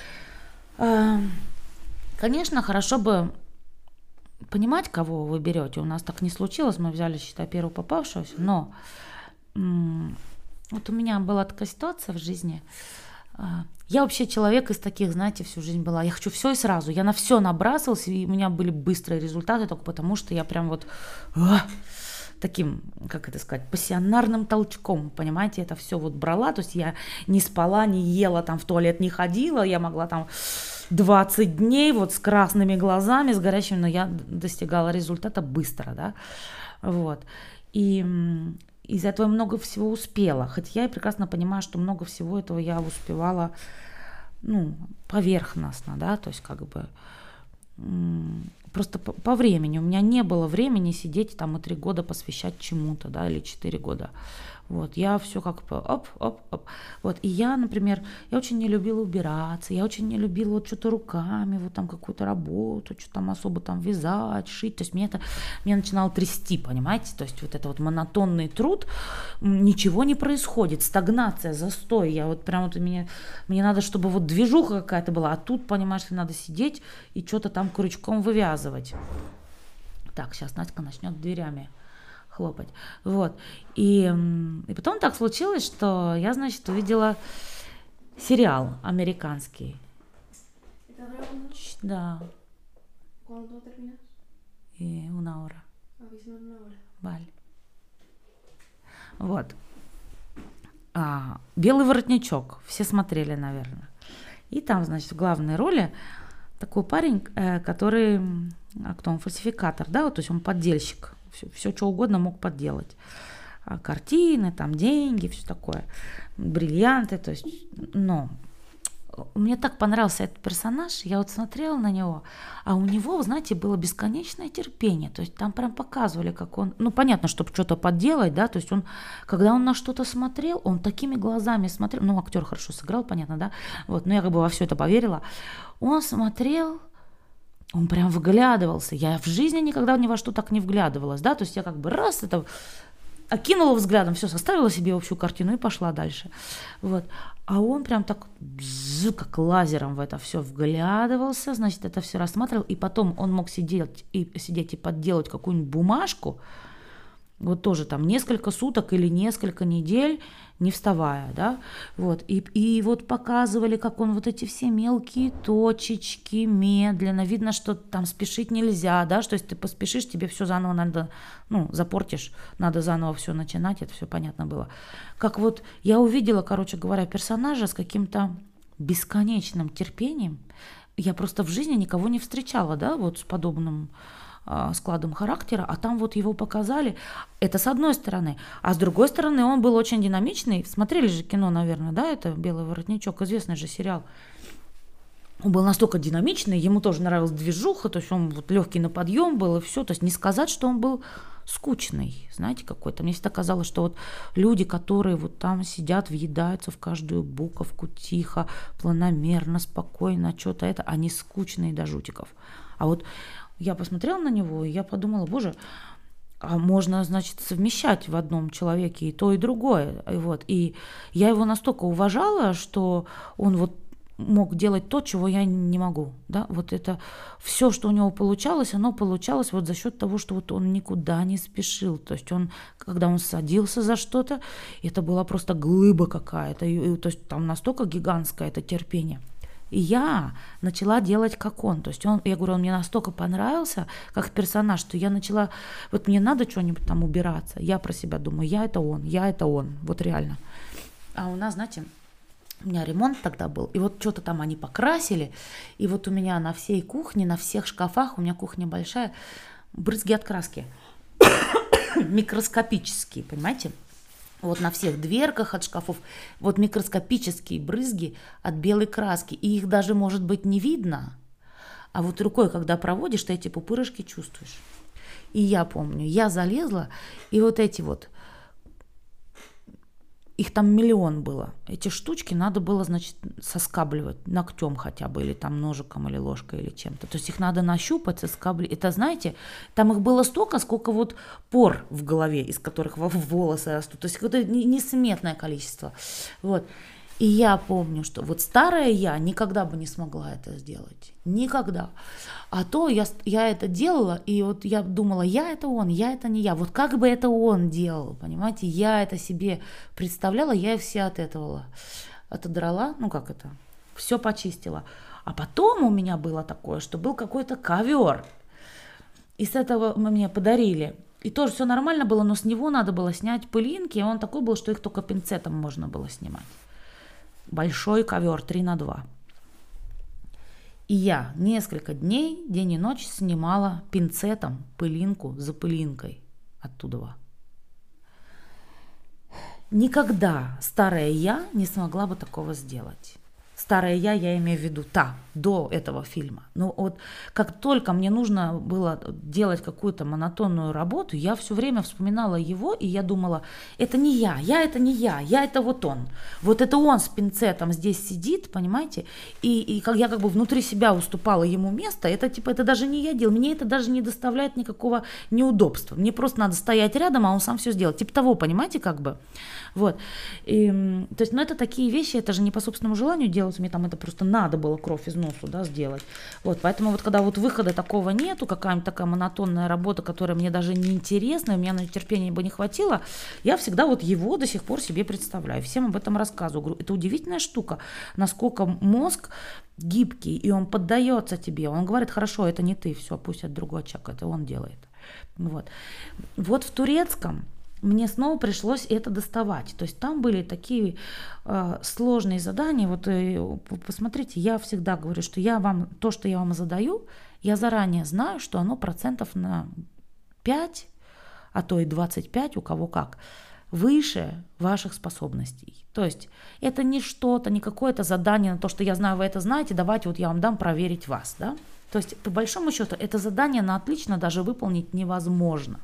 Конечно, хорошо бы понимать, кого вы берете. У нас так не случилось, мы взяли, считай, первого попавшегося, но вот у меня была такая ситуация в жизни. Я вообще человек из таких, знаете, всю жизнь была. Я хочу все и сразу. Я на все набрасывалась, и у меня были быстрые результаты, только потому что я прям вот а, таким, как это сказать, пассионарным толчком, понимаете, это все вот брала. То есть я не спала, не ела, там в туалет не ходила. Я могла там двадцать дней вот с красными глазами, с горящими, но я достигала результата быстро, да. Вот. И... Из-за этого я много всего успела. Хотя я и прекрасно понимаю, что много всего этого я успевала, ну, поверхностно, да, то есть как бы м- просто по, по времени. У меня не было времени сидеть там и три года посвящать чему-то, да, или четыре года. Вот, я все как бы оп-оп-оп. Вот, и я, например, я очень не любила убираться, я очень не любила вот что-то руками, вот там какую-то работу, что-то там особо там вязать, шить. То есть мне это, меня начинало трясти, понимаете? То есть вот это вот монотонный труд, ничего не происходит, стагнация, застой. Я вот прям вот, мне, мне надо, чтобы вот движуха какая-то была, а тут, понимаешь, надо сидеть и что-то там крючком вывязывать. Так, сейчас Надька начнет дверями хлопать. Вот. И, и потом так случилось, что я, значит, увидела сериал американский. Да. И una hora. Vale. Вот. А, «Белый воротничок». Все смотрели, наверное. И там, значит, в главной роли такой парень, э, который, а кто он, фальсификатор, да, вот, то есть он поддельщик. Все, все что угодно мог подделать. А картины, там деньги, все такое. Бриллианты, то есть, но мне так понравился этот персонаж, я вот смотрела на него, а у него, знаете, было бесконечное терпение, то есть там прям показывали, как он, ну, понятно, чтобы что-то подделать, да, то есть он, когда он на что-то смотрел, он такими глазами смотрел, ну, актер хорошо сыграл, понятно, да, вот, но я как бы во все это поверила, он смотрел, он прям вглядывался, я в жизни никогда ни во что так не вглядывалась, да, то есть я как бы раз это окинула взглядом, все, составила себе общую картину и пошла дальше. Вот. А он прям так, бзз, как лазером в это все вглядывался, значит, это все рассматривал, и потом он мог сидеть и, сидеть и подделать какую-нибудь бумажку, вот тоже там несколько суток или несколько недель, не вставая, да, вот, и, и вот показывали, как он вот эти все мелкие точечки медленно, видно, что там спешить нельзя, да, что если ты поспешишь, тебе все заново надо, ну, запортишь, надо заново все начинать, это все понятно было. Как вот я увидела, короче говоря, персонажа с каким-то бесконечным терпением, я просто в жизни никого не встречала, да, вот с подобным складом характера, а там вот его показали. Это с одной стороны. А с другой стороны, он был очень динамичный. Смотрели же кино, наверное, да, это «Белый воротничок», известный же сериал. Он был настолько динамичный, ему тоже нравилась движуха, то есть он вот легкий на подъем был и все. То есть не сказать, что он был скучный, знаете, какой-то. Мне всегда казалось, что вот люди, которые вот там сидят, въедаются в каждую буковку тихо, планомерно, спокойно, что-то это, они скучные до жутиков. А вот я посмотрела на него, и я подумала, боже, а можно, значит, совмещать в одном человеке и то, и другое. И, вот. И я его настолько уважала, что он вот мог делать то, чего я не могу. Да? Вот это все, что у него получалось, оно получалось вот за счет того, что вот он никуда не спешил. То есть он, когда он садился за что-то, это была просто глыба какая-то. И, то есть там настолько гигантское это терпение. И я начала делать как он. То есть он, я говорю, он мне настолько понравился, как персонаж, что я начала, вот мне надо что-нибудь там убираться. Я про себя думаю, я это он, я это он. Вот реально. А у нас, знаете, у меня ремонт тогда был, и вот что-то там они покрасили, и вот у меня на всей кухне, на всех шкафах, у меня кухня большая, брызги от краски. Микроскопические, понимаете? Вот на всех дверках от шкафов вот микроскопические брызги от белой краски. И их даже, может быть, не видно. А вот рукой, когда проводишь, ты эти пупырышки чувствуешь. И я помню, я залезла, и вот эти вот, их там миллион было. Эти штучки надо было, значит, соскабливать ногтем хотя бы, или там ножиком, или ложкой, или чем-то. То есть их надо нащупать, соскабливать. Это, знаете, там их было столько, сколько вот пор в голове, из которых волосы растут. То есть это несметное количество. Вот. И я помню, что вот старая я никогда бы не смогла это сделать. Никогда. А то я, я это делала, и вот я думала, я это он, я это не я. Вот как бы это он делал, понимаете? Я это себе представляла, я их все от этого отодрала, ну как это, все почистила. А потом у меня было такое, что был какой-то ковер. И с этого мы мне подарили. И тоже все нормально было, но с него надо было снять пылинки, и он такой был, что их только пинцетом можно было снимать. Большой ковер три на два. И я несколько дней, день и ночь снимала пинцетом пылинку за пылинкой оттуда. Никогда старая я не смогла бы такого сделать. Старая я, я имею в виду та, до этого фильма. Но вот как только мне нужно было делать какую-то монотонную работу, я все время вспоминала его, и я думала, это не я, я это не я, я это вот он. Вот это он с пинцетом здесь сидит, понимаете? И, и как я как бы внутри себя уступала ему место, это типа, это даже не я делал, мне это даже не доставляет никакого неудобства. Мне просто надо стоять рядом, а он сам все сделает. Типа того, понимаете, как бы. Вот. И, то есть, ну это такие вещи, это же не по собственному желанию делать, мне там это просто надо было кровь из носу, да, сделать. Вот, поэтому вот когда вот выхода такого нету, какая-нибудь такая монотонная работа, которая мне даже не интересна, у меня на терпение бы не хватило, я всегда вот его до сих пор себе представляю, всем об этом рассказываю. Говорю, это удивительная штука, насколько мозг гибкий, и он поддается тебе, он говорит, хорошо, это не ты, все, пусть это другой человек, это он делает. Вот, вот в турецком мне снова пришлось это доставать. То есть там были такие э, сложные задания. Вот э, посмотрите, я всегда говорю, что я вам, то, что я вам задаю, я заранее знаю, что оно процентов на пять, а то и двадцать пять, у кого как, выше ваших способностей. То есть это не что-то, не какое-то задание на то, что я знаю, вы это знаете, давайте вот я вам дам проверить вас. Да? То есть по большому счету это задание на отлично даже выполнить невозможно.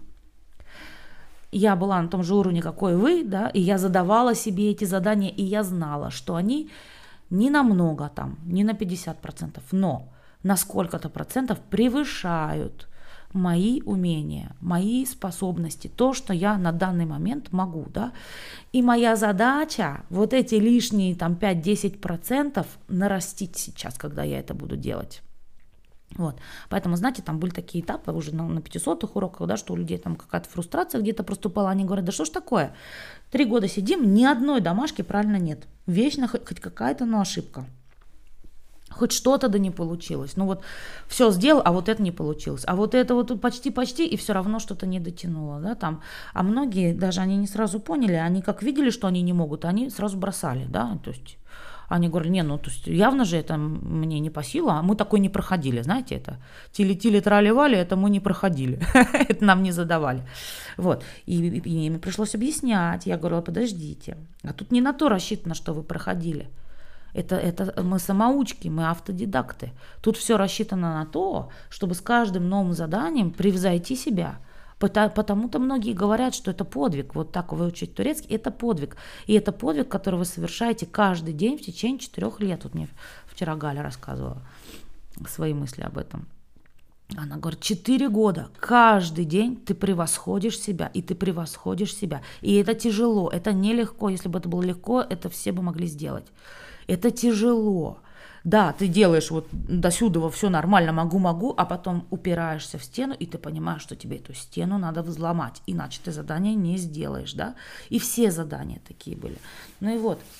Я была на том же уровне, какой вы, да, и я задавала себе эти задания, и я знала, что они не на много там, не на пятьдесят процентов, но на сколько-то процентов превышают мои умения, мои способности, то, что я на данный момент могу, да. И моя задача вот эти лишние там пять-десять процентов нарастить сейчас, когда я это буду делать. Вот. Поэтому, знаете, там были такие этапы уже на, на пятисотых уроках, да, что у людей там какая-то фрустрация где-то проступала, они говорят, да что ж такое, три года сидим, ни одной домашки правильно нет, вечно хоть, хоть какая-то, но ошибка. Хоть что-то да не получилось. Ну вот все сделал, а вот это не получилось. А вот это вот почти-почти, и все равно что-то не дотянуло. Да, там. А многие даже они не сразу поняли, они как видели, что они не могут, они сразу бросали. Да? То есть они говорили, не, ну то есть явно же это мне не по силу, а мы такой не проходили. Знаете, это тили-тили трали-вали, это мы не проходили. Это нам не задавали. Вот. И, и, и им пришлось объяснять. Я говорила, подождите, а тут не на то рассчитано, что вы проходили. Это, это мы самоучки, мы автодидакты. Тут все рассчитано на то, чтобы с каждым новым заданием превзойти себя. Потому-то многие говорят, что это подвиг. Вот так выучить турецкий – это подвиг. И это подвиг, который вы совершаете каждый день в течение четырех лет. Вот мне вчера Галя рассказывала свои мысли об этом. Она говорит, четыре года, каждый день ты превосходишь себя, и ты превосходишь себя. И это тяжело, это нелегко. Если бы это было легко, это все бы могли сделать. Это тяжело. Да, ты делаешь вот до сюда все нормально, могу-могу, а потом упираешься в стену, и ты понимаешь, что тебе эту стену надо взломать, иначе ты задание не сделаешь, да? И все задания такие были. Ну и вот,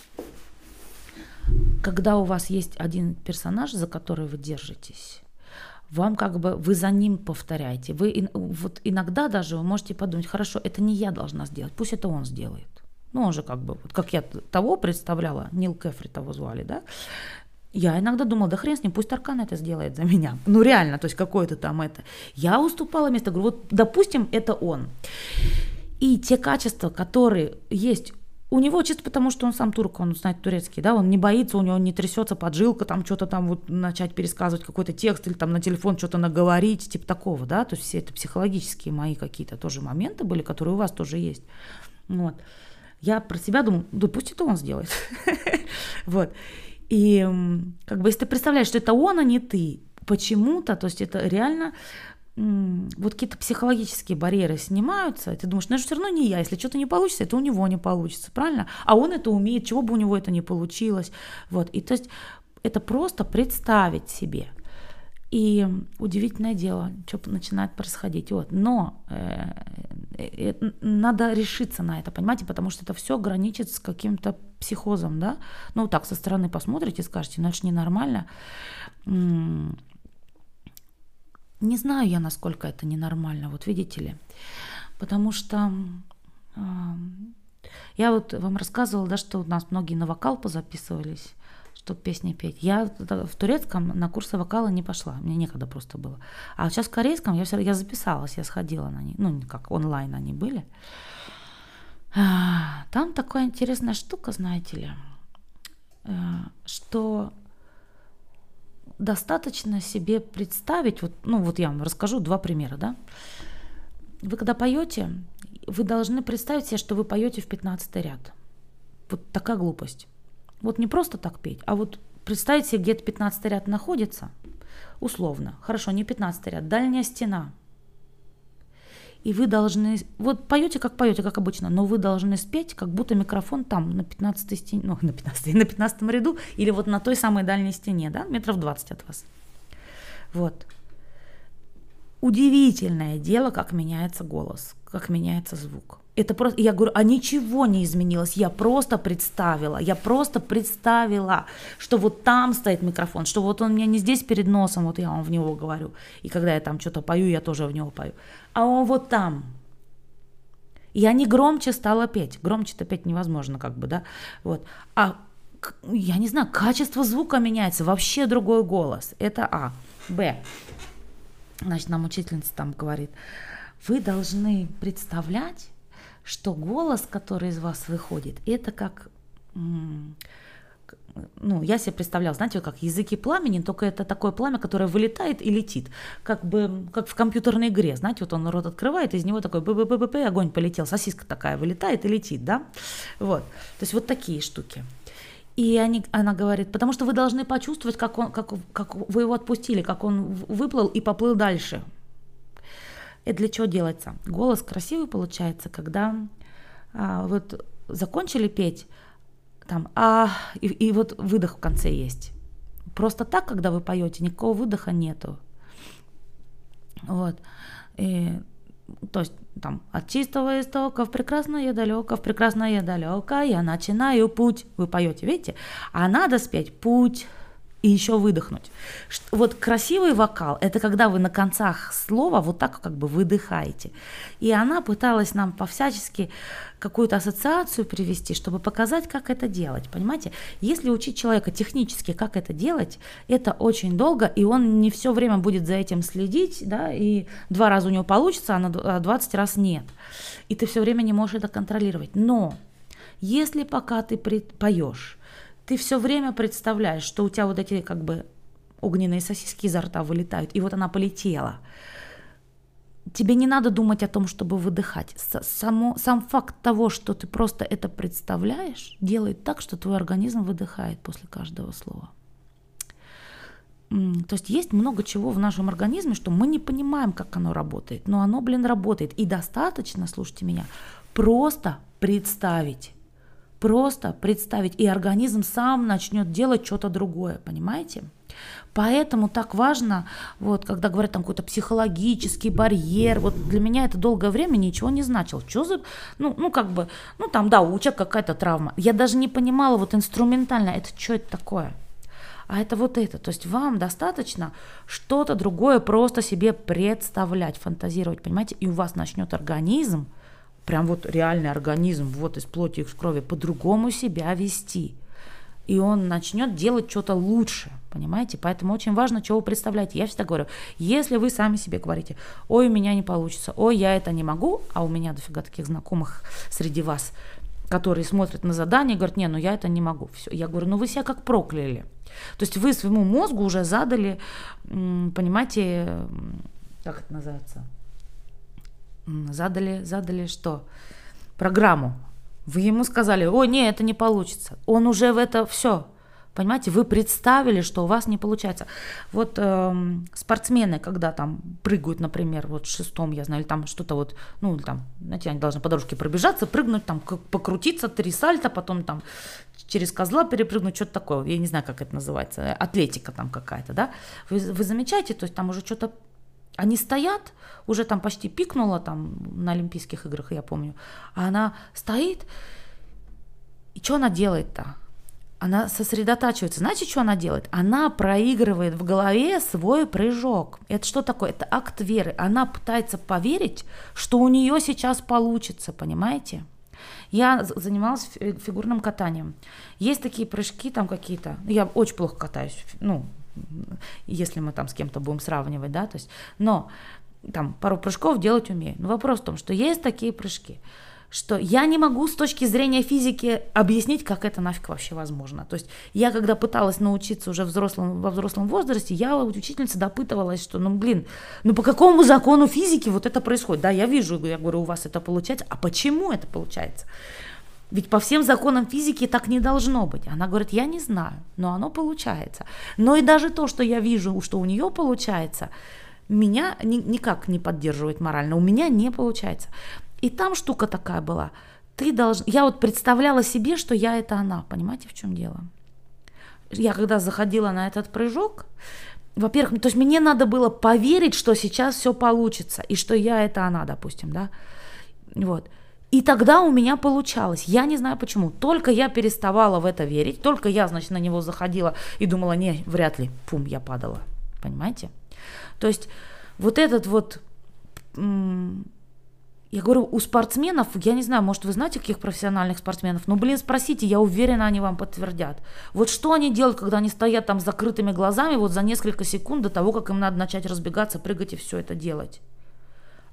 когда у вас есть один персонаж, за который вы держитесь, вам как бы, вы за ним повторяете. Вы вот иногда даже вы можете подумать, хорошо, это не я должна сделать, пусть это он сделает. Ну, он же как бы, вот как я того представляла, Нил Кефри того звали, да, я иногда думала, да хрен с ним, пусть Таркан это сделает за меня. Ну, реально, то есть какое-то там это. Я уступала место, говорю, вот, допустим, это он. И те качества, которые есть у него, чисто потому, что он сам турк, он знает турецкий, да, он не боится, у него не трясется поджилка, там что-то там вот начать пересказывать какой-то текст или там на телефон что-то наговорить, типа такого, да, то есть все это психологические мои какие-то тоже моменты были, которые у вас тоже есть. Вот. Я про себя думаю, да пусть это он сделает. Вот. И как бы если ты представляешь, что это он, а не ты, почему-то, то есть это реально вот какие-то психологические барьеры снимаются, и ты думаешь, ну это все равно не я, если что-то не получится, это у него не получится, правильно? А он это умеет, чего бы у него это не получилось. Вот. И то есть это просто представить себе. И удивительное дело, что начинает происходить. Вот. Но э, э, э, надо решиться на это, понимаете, потому что это все граничит с каким-то психозом, да. Ну, так со стороны посмотрите и скажете, ну это же ненормально. М-м- не знаю я, насколько это ненормально, вот видите ли. Потому что э, я вот вам рассказывала, да, что у нас многие на вокал позаписывались, чтобы песни петь. Я в турецком на курсы вокала не пошла, мне некогда просто было. А сейчас в корейском я, все, я записалась, я сходила на них, ну, как онлайн они были. Там такая интересная штука, знаете ли, что достаточно себе представить, вот, ну, вот я вам расскажу два примера, да. Вы когда поете, вы должны представить себе, что вы поете в пятнадцатый ряд. Вот такая глупость. Вот не просто так петь, а вот представить себе, где-то пятнадцатый ряд находится, условно, хорошо, не пятнадцатый ряд, дальняя стена. И вы должны, вот поете, как поете, как обычно, но вы должны спеть, как будто микрофон там на пятнадцатой стене, ну, на пятнадцатой, на пятнадцатом ряду, или вот на той самой дальней стене, да, метров двадцать от вас. Вот. Удивительное дело, как меняется голос, как меняется звук. Это просто, я говорю, а ничего не изменилось, я просто представила, я просто представила, что вот там стоит микрофон, что вот он у меня не здесь перед носом, вот я вам в него говорю, и когда я там что-то пою, я тоже в него пою, а он вот там. Я не громче стала петь, громче-то петь невозможно, как бы, да, вот, а я не знаю, качество звука меняется, вообще другой голос, это А. Б. Значит, нам учительница там говорит, вы должны представлять, что голос, который из вас выходит, это как, ну, я себе представляла, знаете, как языки пламени, только это такое пламя, которое вылетает и летит, как бы, как в компьютерной игре, знаете, вот он рот открывает, из него такой бы-бы-бы-бы, огонь полетел, сосиска такая вылетает и летит, да, вот, то есть вот такие штуки. И они, она говорит, потому что вы должны почувствовать, как, он, как, как вы его отпустили, как он выплыл и поплыл дальше. Это для чего делается? Голос красивый получается, когда а, вот закончили петь, там, а, и, и вот выдох в конце есть. Просто так, когда вы поете, никакого выдоха нету. Вот. И, то есть там от чистого истока в прекрасное далеко, в прекрасное далеко я начинаю путь. Вы поете, видите? А надо спеть путь и еще выдохнуть. Вот красивый вокал — это когда вы на концах слова вот так как бы выдыхаете. И она пыталась нам по-всячески какую-то ассоциацию привести, чтобы показать, как это делать. Понимаете? Если учить человека технически, как это делать, это очень долго, и он не все время будет за этим следить, да, и два раза у него получится, а на двадцать раз нет. И ты все время не можешь это контролировать. Но если пока ты поешь, ты все время представляешь, что у тебя вот эти как бы огненные сосиски изо рта вылетают, и вот она полетела. Тебе не надо думать о том, чтобы выдыхать. Само, сам факт того, что ты просто это представляешь, делает так, что твой организм выдыхает после каждого слова. То есть есть много чего в нашем организме, что мы не понимаем, как оно работает, но оно, блин, работает. И достаточно, слушайте меня, просто представить. Просто представить, и организм сам начнет делать что-то другое, понимаете? Поэтому так важно, вот, когда говорят там какой-то психологический барьер, вот для меня это долгое время ничего не значило. Что за, ну, ну как бы, ну там, да, у человека какая-то травма. Я даже не понимала вот инструментально, это что это такое? А это вот это. То есть вам достаточно что-то другое просто себе представлять, фантазировать, понимаете? И у вас начнет организм, прям вот реальный организм, вот из плоти и из крови, по-другому себя вести. И он начнет делать что-то лучше, понимаете? Поэтому очень важно, что вы представляете. Я всегда говорю, если вы сами себе говорите, ой, у меня не получится, ой, я это не могу, а у меня дофига таких знакомых среди вас, которые смотрят на задание и говорят, не, ну я это не могу. Все. Я говорю, ну вы себя как прокляли. То есть вы своему мозгу уже задали, понимаете, как это называется? Задали, задали что? Программу. Вы ему сказали, ой, не, это не получится. Он уже в это все. Понимаете, вы представили, что у вас не получается. Вот э, спортсмены, когда там прыгают, например, вот в шестом, я знаю, или там что-то вот, ну, там, знаете, они должны по дорожке пробежаться, прыгнуть, там, покрутиться, три сальта, потом там через козла перепрыгнуть, что-то такое. Я не знаю, как это называется, атлетика там какая-то, да. Вы, вы замечаете, то есть там уже что-то. Они стоят, уже там почти пикнула там на Олимпийских играх, я помню. А она стоит, и что она делает-то? Она сосредотачивается. Знаете, что она делает? Она проигрывает в голове свой прыжок. Это что такое? Это акт веры. Она пытается поверить, что у нее сейчас получится, понимаете? Я занималась фигурным катанием. Есть такие прыжки там какие-то. Я очень плохо катаюсь, ну, если мы там с кем-то будем сравнивать, да, то есть, но там пару прыжков делать умею. Но вопрос в том, что есть такие прыжки, что я не могу с точки зрения физики объяснить, как это нафиг вообще возможно. То есть я, когда пыталась научиться уже взрослым, во взрослом возрасте, я у учительницы допытывалась, что, ну, блин, ну по какому закону физики вот это происходит? Да, я вижу, я говорю, у вас это получается, а почему это получается? Ведь по всем законам физики так не должно быть. Она говорит, я не знаю, но оно получается. Но и даже то, что я вижу, что у нее получается, меня ни, никак не поддерживает морально. У меня не получается. И там штука такая была. Ты должен... Я вот представляла себе, что я это она. Понимаете, в чем дело? Я когда заходила на этот прыжок, во-первых, то есть мне надо было поверить, что сейчас все получится, и что я это она, допустим, да. Вот. И тогда у меня получалось. Я не знаю почему. Только я переставала в это верить, только я, значит, на него заходила и думала, не, вряд ли, пум, я падала. Понимаете? То есть вот этот вот, м- я говорю, у спортсменов, я не знаю, может, вы знаете каких профессиональных спортсменов, но, блин, спросите, я уверена, они вам подтвердят. Вот что они делают, когда они стоят там с закрытыми глазами вот за несколько секунд до того, как им надо начать разбегаться, прыгать и все это делать?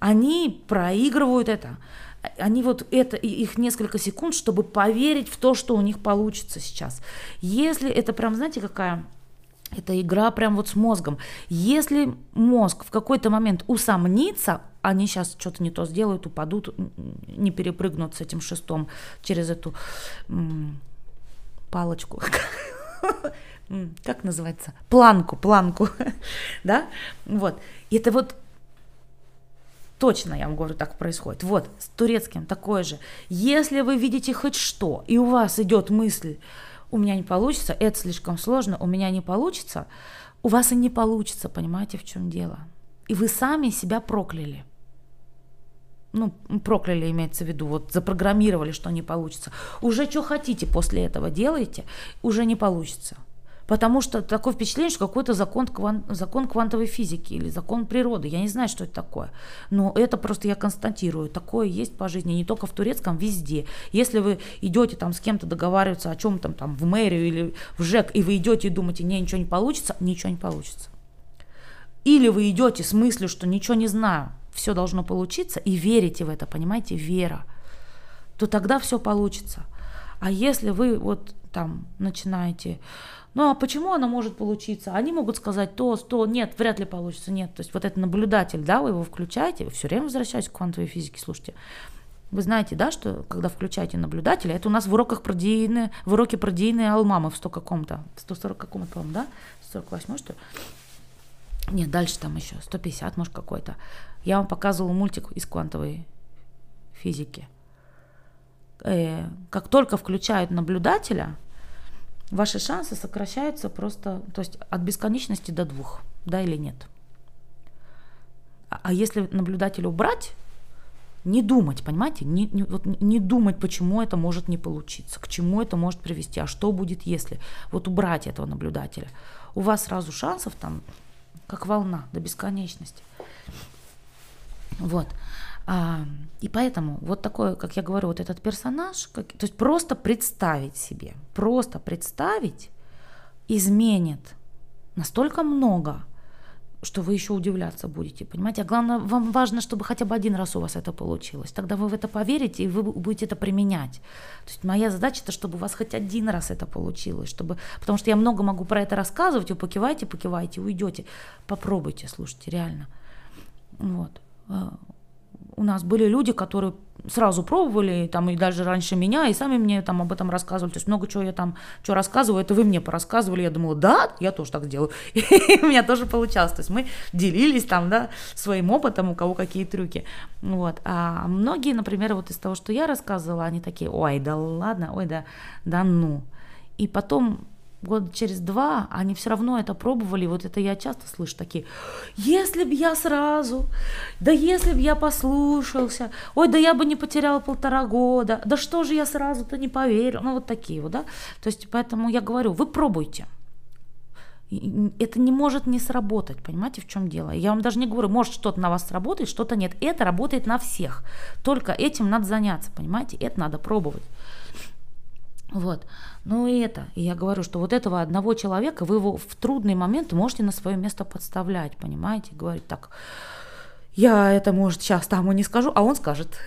Они проигрывают это. Они вот это, их несколько секунд, чтобы поверить в то, что у них получится сейчас. Если это прям, знаете, какая... Это игра прям вот с мозгом. Если мозг в какой-то момент усомнится, они сейчас что-то не то сделают, упадут, не перепрыгнут с этим шестом через эту м- палочку. Как называется? Планку, планку. Да? Вот. И это вот точно, я вам говорю, так происходит. Вот, с турецким такое же. Если вы видите хоть что, и у вас идет мысль, у меня не получится, это слишком сложно, у меня не получится, у вас и не получится, понимаете, в чем дело. И вы сами себя прокляли. Ну, прокляли, имеется в виду, вот запрограммировали, что не получится. Уже что хотите после этого делаете, уже не получится. Потому что такое впечатление, что какой-то закон, кван, закон квантовой физики или закон природы. Я не знаю, что это такое. Но это просто я констатирую. Такое есть по жизни, не только в турецком, везде. Если вы идете там с кем-то договариваться о чем-то там в мэрию или в ЖЭК, и вы идете и думаете, не, ничего не получится, ничего не получится. Или вы идете с мыслью, что ничего не знаю, все должно получиться, и верите в это, понимаете, вера, то тогда все получится. А если вы вот там начинаете... Ну, а почему она может получиться? Они могут сказать то, то, нет, вряд ли получится, нет. То есть вот этот наблюдатель, да, вы его включаете, вы все время возвращаетесь к квантовой физике, слушайте. Вы знаете, да, что когда включаете наблюдателя, это у нас в уроках про Диины, в уроке про Диины Алмамы в сто каком-то, в сто сорок каком-то, по-моему, да? сто сорок восьмой, что ли? Нет, дальше там еще, сто пятьдесят, может, какой-то. Я вам показывала мультик из квантовой физики. Э, как только включают наблюдателя, ваши шансы сокращаются просто, то есть от бесконечности до двух, да или нет. А если наблюдателя убрать, не думать, понимаете, не, не, вот не думать, почему это может не получиться, к чему это может привести, а что будет, если вот убрать этого наблюдателя, у вас сразу шансов там, как волна, до бесконечности. Вот. А, и поэтому вот такой, как я говорю, вот этот персонаж, как, то есть просто представить себе, просто представить изменит настолько много, что вы еще удивляться будете, понимаете? А главное, вам важно, чтобы хотя бы один раз у вас это получилось. Тогда вы в это поверите, и вы будете это применять. То есть моя задача, это чтобы у вас хоть один раз это получилось, чтобы... потому что я много могу про это рассказывать, вы покивайте, покивайте, уйдете. Попробуйте, слушайте, реально. Вот. У нас были люди, которые сразу пробовали, там, и даже раньше меня, и сами мне там об этом рассказывали. То есть много чего я там что рассказываю, это вы мне порассказывали. Я думала, да, я тоже так делаю. И у меня тоже получалось. То есть мы делились там, да, своим опытом, у кого какие трюки. Вот. А многие, например, вот из того, что я рассказывала, они такие, ой, да ладно, ой, да, да ну. И потом... год через два они все равно это пробовали, вот это я часто слышу такие, если б я сразу, да если б я послушался, ой, да я бы не потеряла полтора года, да что же я сразу-то не поверил, ну вот такие вот, да, то есть поэтому я говорю, вы пробуйте, это не может не сработать, понимаете, в чем дело, я вам даже не говорю, может что-то на вас сработает, что-то нет, это работает на всех, только этим надо заняться, понимаете, это надо пробовать. Вот, ну и это, и я говорю, что вот этого одного человека, вы его в трудный момент можете на свое место подставлять, понимаете, говорить так, я это, может, сейчас тому не скажу, а он скажет,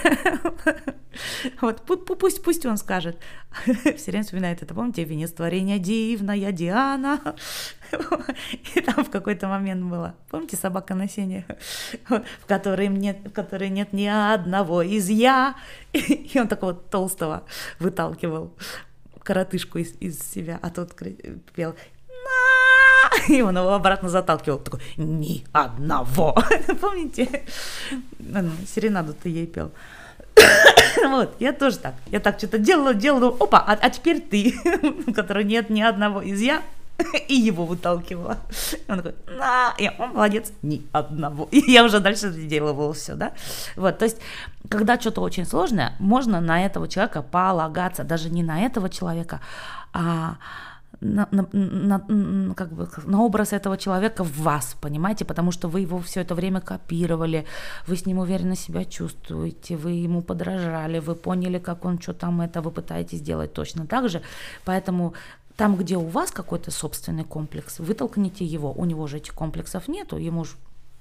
вот, пусть, пусть он скажет, все время вспоминает это, помните, венец творения дивная Диана, и там в какой-то момент было, помните, собака на сене, в которой нет, в которой нет ни одного из я, и он такого толстого выталкивал коротышку из, из себя, а тот пел, и он его обратно заталкивал, такой, ни одного, помните, серенаду-то ей пел. Вот, я тоже так, я так что-то делала, делала, опа, а, а теперь ты, у которой нет ни одного из я, и его выталкивала. И он такой, на, я, о, молодец, ни одного. И я уже дальше делала все, да. Вот, то есть, когда что-то очень сложное, можно на этого человека полагаться, даже не на этого человека, а на, на, на, как бы, на образ этого человека в вас, понимаете, потому что вы его все это время копировали, вы с ним уверенно себя чувствуете, вы ему подражали, вы поняли, как он что там это, вы пытаетесь делать точно так же, поэтому там, где у вас какой-то собственный комплекс, вытолкните его, у него же этих комплексов нету, ему же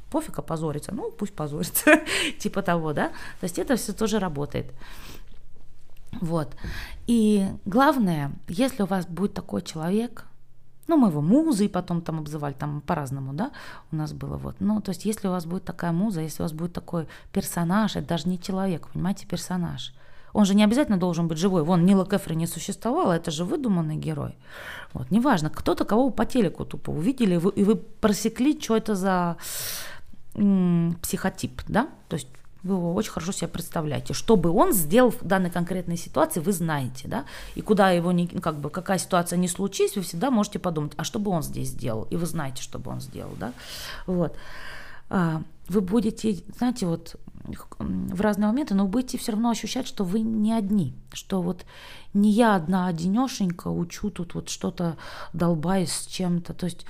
пофиг опозориться, ну пусть позорится, типа того, да, то есть это все тоже работает. Вот. И главное, если у вас будет такой человек, ну, мы его музой потом там обзывали, там по-разному, да, у нас было вот. Ну, то есть, если у вас будет такая муза, если у вас будет такой персонаж, это даже не человек, понимаете, персонаж. Он же не обязательно должен быть живой. Вон, Нила Кэфри не существовало, это же выдуманный герой. Вот, неважно, кто-то, кого вы по телеку тупо увидели, вы, и вы просекли, что это за м- психотип, да, то есть, вы его очень хорошо себе представляете. Что бы он сделал в данной конкретной ситуации, вы знаете, да, и куда его, не, как бы, какая ситуация не случись, вы всегда можете подумать, а что бы он здесь сделал, и вы знаете, что бы он сделал, да, вот. Вы будете, знаете, вот в разные моменты, но вы будете все равно ощущать, что вы не одни, что вот не я одна одинешенька учу тут вот что-то, долбаюсь с чем-то, то есть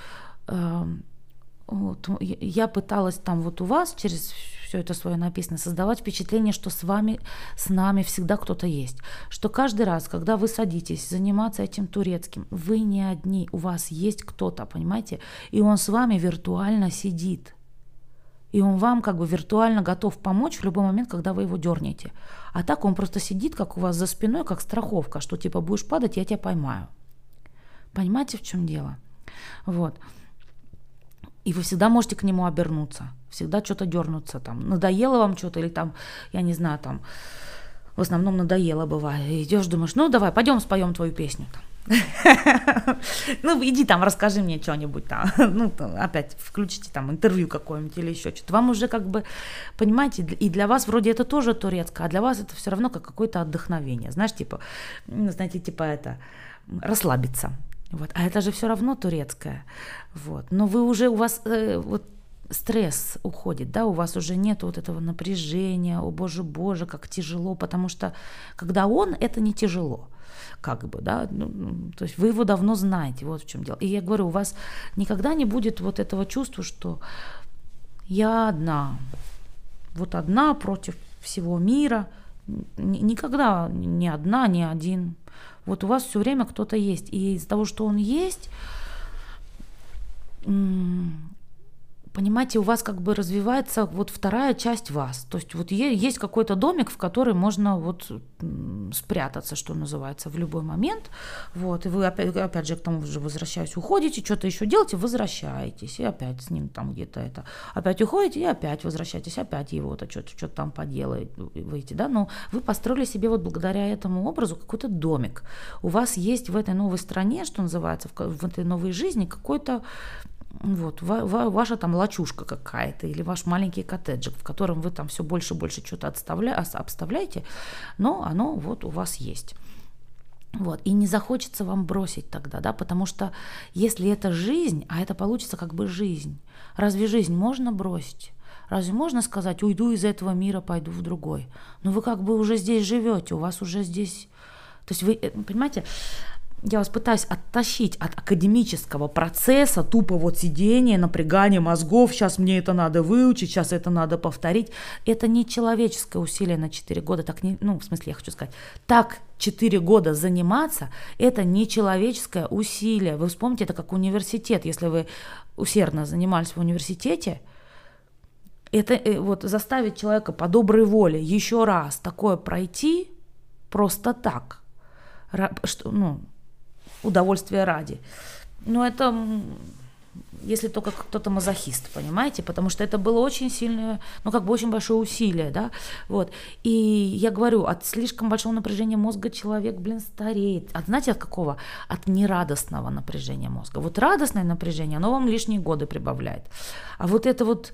вот, я пыталась там вот у вас через все это свое написано создавать впечатление, что с вами, с нами всегда кто-то есть, что каждый раз, когда вы садитесь заниматься этим турецким, вы не одни, у вас есть кто-то, понимаете, и он с вами виртуально сидит, и он вам как бы виртуально готов помочь в любой момент, когда вы его дернете, а так он просто сидит, как у вас за спиной, как страховка, что типа будешь падать, я тебя поймаю, понимаете, в чем дело, вот. И вы всегда можете к нему обернуться, всегда что-то дернуться, там, надоело вам что-то, или там, я не знаю, там, в основном надоело бывает. И идешь, думаешь, ну давай, пойдем споем твою песню. Ну иди там, расскажи мне что-нибудь там, ну опять включите там интервью какое-нибудь или еще что-то. Вам уже как бы, понимаете, и для вас вроде это тоже турецкое, а для вас это все равно как какое-то отдохновение, знаешь, типа, знаете, типа это, расслабиться. Вот. А это же все равно турецкое. Вот. Но вы уже, у вас э, вот, стресс уходит, да, у вас уже нет вот этого напряжения, о боже, боже, как тяжело, потому что когда он, это не тяжело, как бы, да, ну, то есть вы его давно знаете, вот в чем дело. И я говорю, у вас никогда не будет вот этого чувства, что я одна, вот одна против всего мира, никогда не одна, не один. Вот у вас все время кто-то есть. И из-за того, что он есть, понимаете, у вас как бы развивается вот вторая часть вас. То есть вот есть какой-то домик, в который можно вот спрятаться, что называется, в любой момент. Вот, и вы опять, опять же к тому же возвращаясь, уходите, что-то еще делаете, возвращаетесь, и опять с ним там где-то это. Опять уходите, и опять возвращаетесь, опять его-то что-то, что-то там поделаете, да. Но вы построили себе вот благодаря этому образу какой-то домик. У вас есть в этой новой стране, что называется, в, в этой новой жизни какой-то вот, ва- ва- ваша там лачушка какая-то или ваш маленький коттеджик, в котором вы там все больше и больше что-то отставля- обставляете, но оно вот у вас есть. Вот, и не захочется вам бросить тогда, да, потому что если это жизнь, а это получится как бы жизнь, разве жизнь можно бросить? Разве можно сказать, уйду из этого мира, пойду в другой? Ну вы как бы уже здесь живете, у вас уже здесь... То есть вы, понимаете... Я вас пытаюсь оттащить от академического процесса, тупо вот сидения, напрягания мозгов, сейчас мне это надо выучить, сейчас это надо повторить. Это не человеческое усилие на четыре года, так не, ну, в смысле, я хочу сказать, так четыре года заниматься, это не человеческое усилие. Вы вспомните, это как университет, если вы усердно занимались в университете, это вот заставить человека по доброй воле еще раз такое пройти просто так, что, ну, удовольствия ради. Но это, если только кто-то мазохист, понимаете, потому что это было очень сильное, ну, как бы очень большое усилие, да, вот. И я говорю, от слишком большого напряжения мозга человек, блин, стареет. От, знаете, от какого? От нерадостного напряжения мозга. Вот радостное напряжение, оно вам лишние годы прибавляет. А вот это вот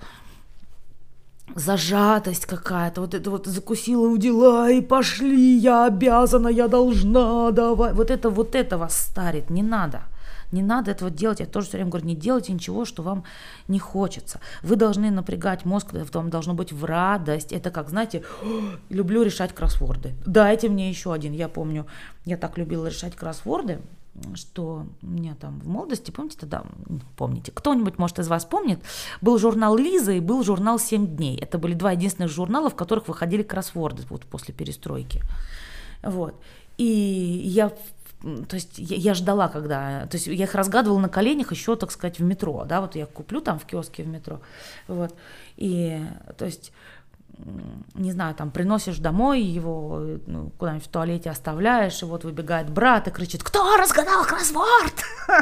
зажатость какая-то, вот это вот закусила у дела и пошли, я обязана, я должна, давай. Вот это вот это вас старит, не надо. Не надо этого делать. Я тоже все время говорю, не делайте ничего, что вам не хочется. Вы должны напрягать мозг, вам должно быть в радость. Это как, знаете, люблю решать кроссворды. Дайте мне еще один. Я помню, я так любила решать кроссворды, что у меня там в молодости, помните тогда, помните, кто-нибудь, может, из вас помнит, был журнал «Лиза» и был журнал «Семь дней». Это были два единственных журнала, в которых выходили кроссворды вот после перестройки. Вот. И я то есть я, я ждала, когда, то есть я их разгадывала на коленях еще, так сказать, в метро, да, вот я куплю там в киоске в метро, вот, и, то есть, не знаю, там приносишь домой его, ну, куда-нибудь в туалете оставляешь, и вот выбегает брат и кричит: «Кто разгадал кроссворд?»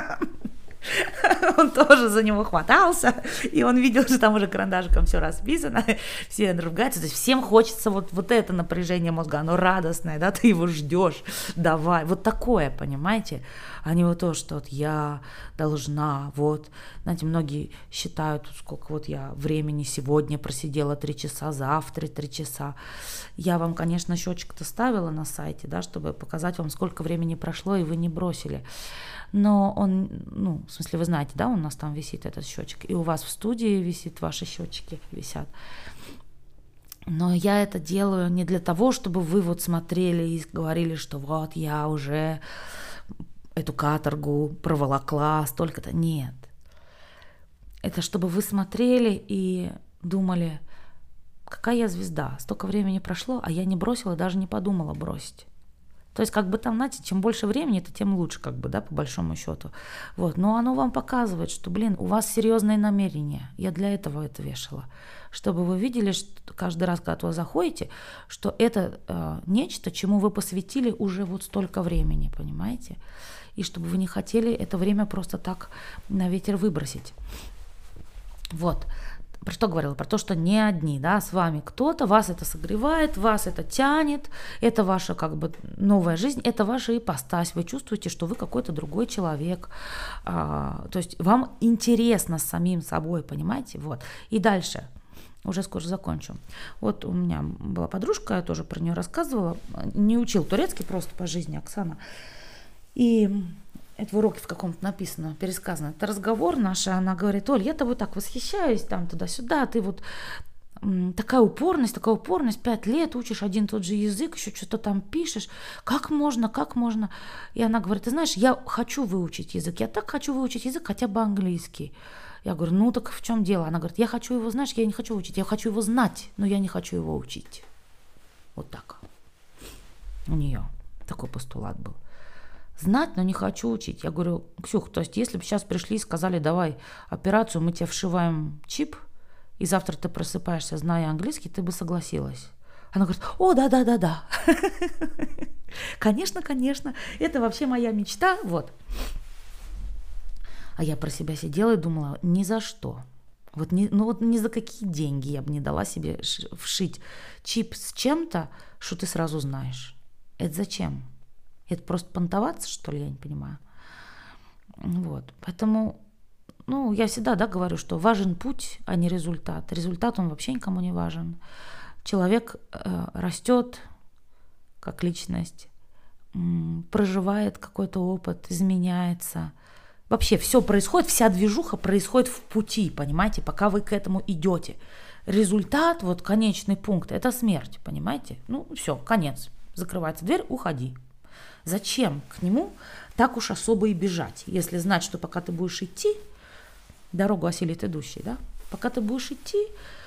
Он тоже за него хватался, и он видел, что там уже карандашиком все расписано, все ругаются, то есть всем хочется вот, вот это напряжение мозга, оно радостное, да, ты его ждешь, давай, вот такое, понимаете, а не вот то, что вот я должна, вот, знаете, многие считают, сколько вот я времени сегодня просидела, три часа, завтра три часа, я вам, конечно, счетчик-то ставила на сайте, да, чтобы показать вам, сколько времени прошло, и вы не бросили. Но он, ну, в смысле, вы знаете, да, у нас там висит этот счетчик, и у вас в студии висит, ваши счетчики висят. Но я это делаю не для того, чтобы вы вот смотрели и говорили, что вот я уже эту каторгу проволокла, столько-то. Нет. Это чтобы вы смотрели и думали: какая я звезда, столько времени прошло, а я не бросила, даже не подумала бросить. То есть, как бы там, знаете, чем больше времени, то тем лучше, как бы, да, по большому счету. Вот. Но оно вам показывает, что, блин, у вас серьезные намерения. Я для этого это вешала. Чтобы вы видели, что каждый раз, когда вы заходите, что это э, нечто, чему вы посвятили уже вот столько времени, понимаете? И чтобы вы не хотели это время просто так на ветер выбросить. Вот. Про что говорила? Про то, что не одни, да, с вами кто-то, вас это согревает, вас это тянет, это ваша как бы новая жизнь, это ваша ипостась, вы чувствуете, что вы какой-то другой человек, а, то есть вам интересно с самим собой, понимаете, вот. И дальше, уже скоро закончу. Вот у меня была подружка, я тоже про нее рассказывала, не учил турецкий, просто по жизни Оксана, и... Это в уроке в каком-то написано, пересказано. Это разговор наш, она говорит: Оль, я тобой так восхищаюсь, там туда-сюда, ты вот м, такая упорность, такая упорность, пять лет учишь один и тот же язык, еще что-то там пишешь, как можно, как можно? И она говорит: ты знаешь, я хочу выучить язык, я так хочу выучить язык, хотя бы английский. Я говорю: ну так в чем дело? Она говорит: я хочу его, знаешь, я не хочу учить, я хочу его знать, но я не хочу его учить. Вот так. У нее такой постулат был. Знать, но не хочу учить. Я говорю: Ксюх, то есть если бы сейчас пришли и сказали: давай операцию, мы тебе вшиваем чип, и завтра ты просыпаешься, зная английский, ты бы согласилась? Она говорит: о, да-да-да-да. Конечно, конечно, это вообще моя мечта, вот. А я про себя сидела и думала: ни за что. Вот ни, ну вот ни за какие деньги я бы не дала себе вшить чип с чем-то, что ты сразу знаешь. Это зачем? Это просто понтоваться, что ли, я не понимаю. Вот. Поэтому, ну, я всегда, да, говорю, что важен путь, а не результат. Результат, он вообще никому не важен. Человек э, растет как личность, м, проживает какой-то опыт, изменяется. Вообще все происходит, вся движуха происходит в пути, понимаете, пока вы к этому идете. Результат, вот конечный пункт, это смерть, понимаете? Ну, все, конец. Закрывается дверь, уходи. Зачем к нему так уж особо и бежать, если знать, что пока ты будешь идти, дорогу осилит идущий, да? Пока ты будешь идти,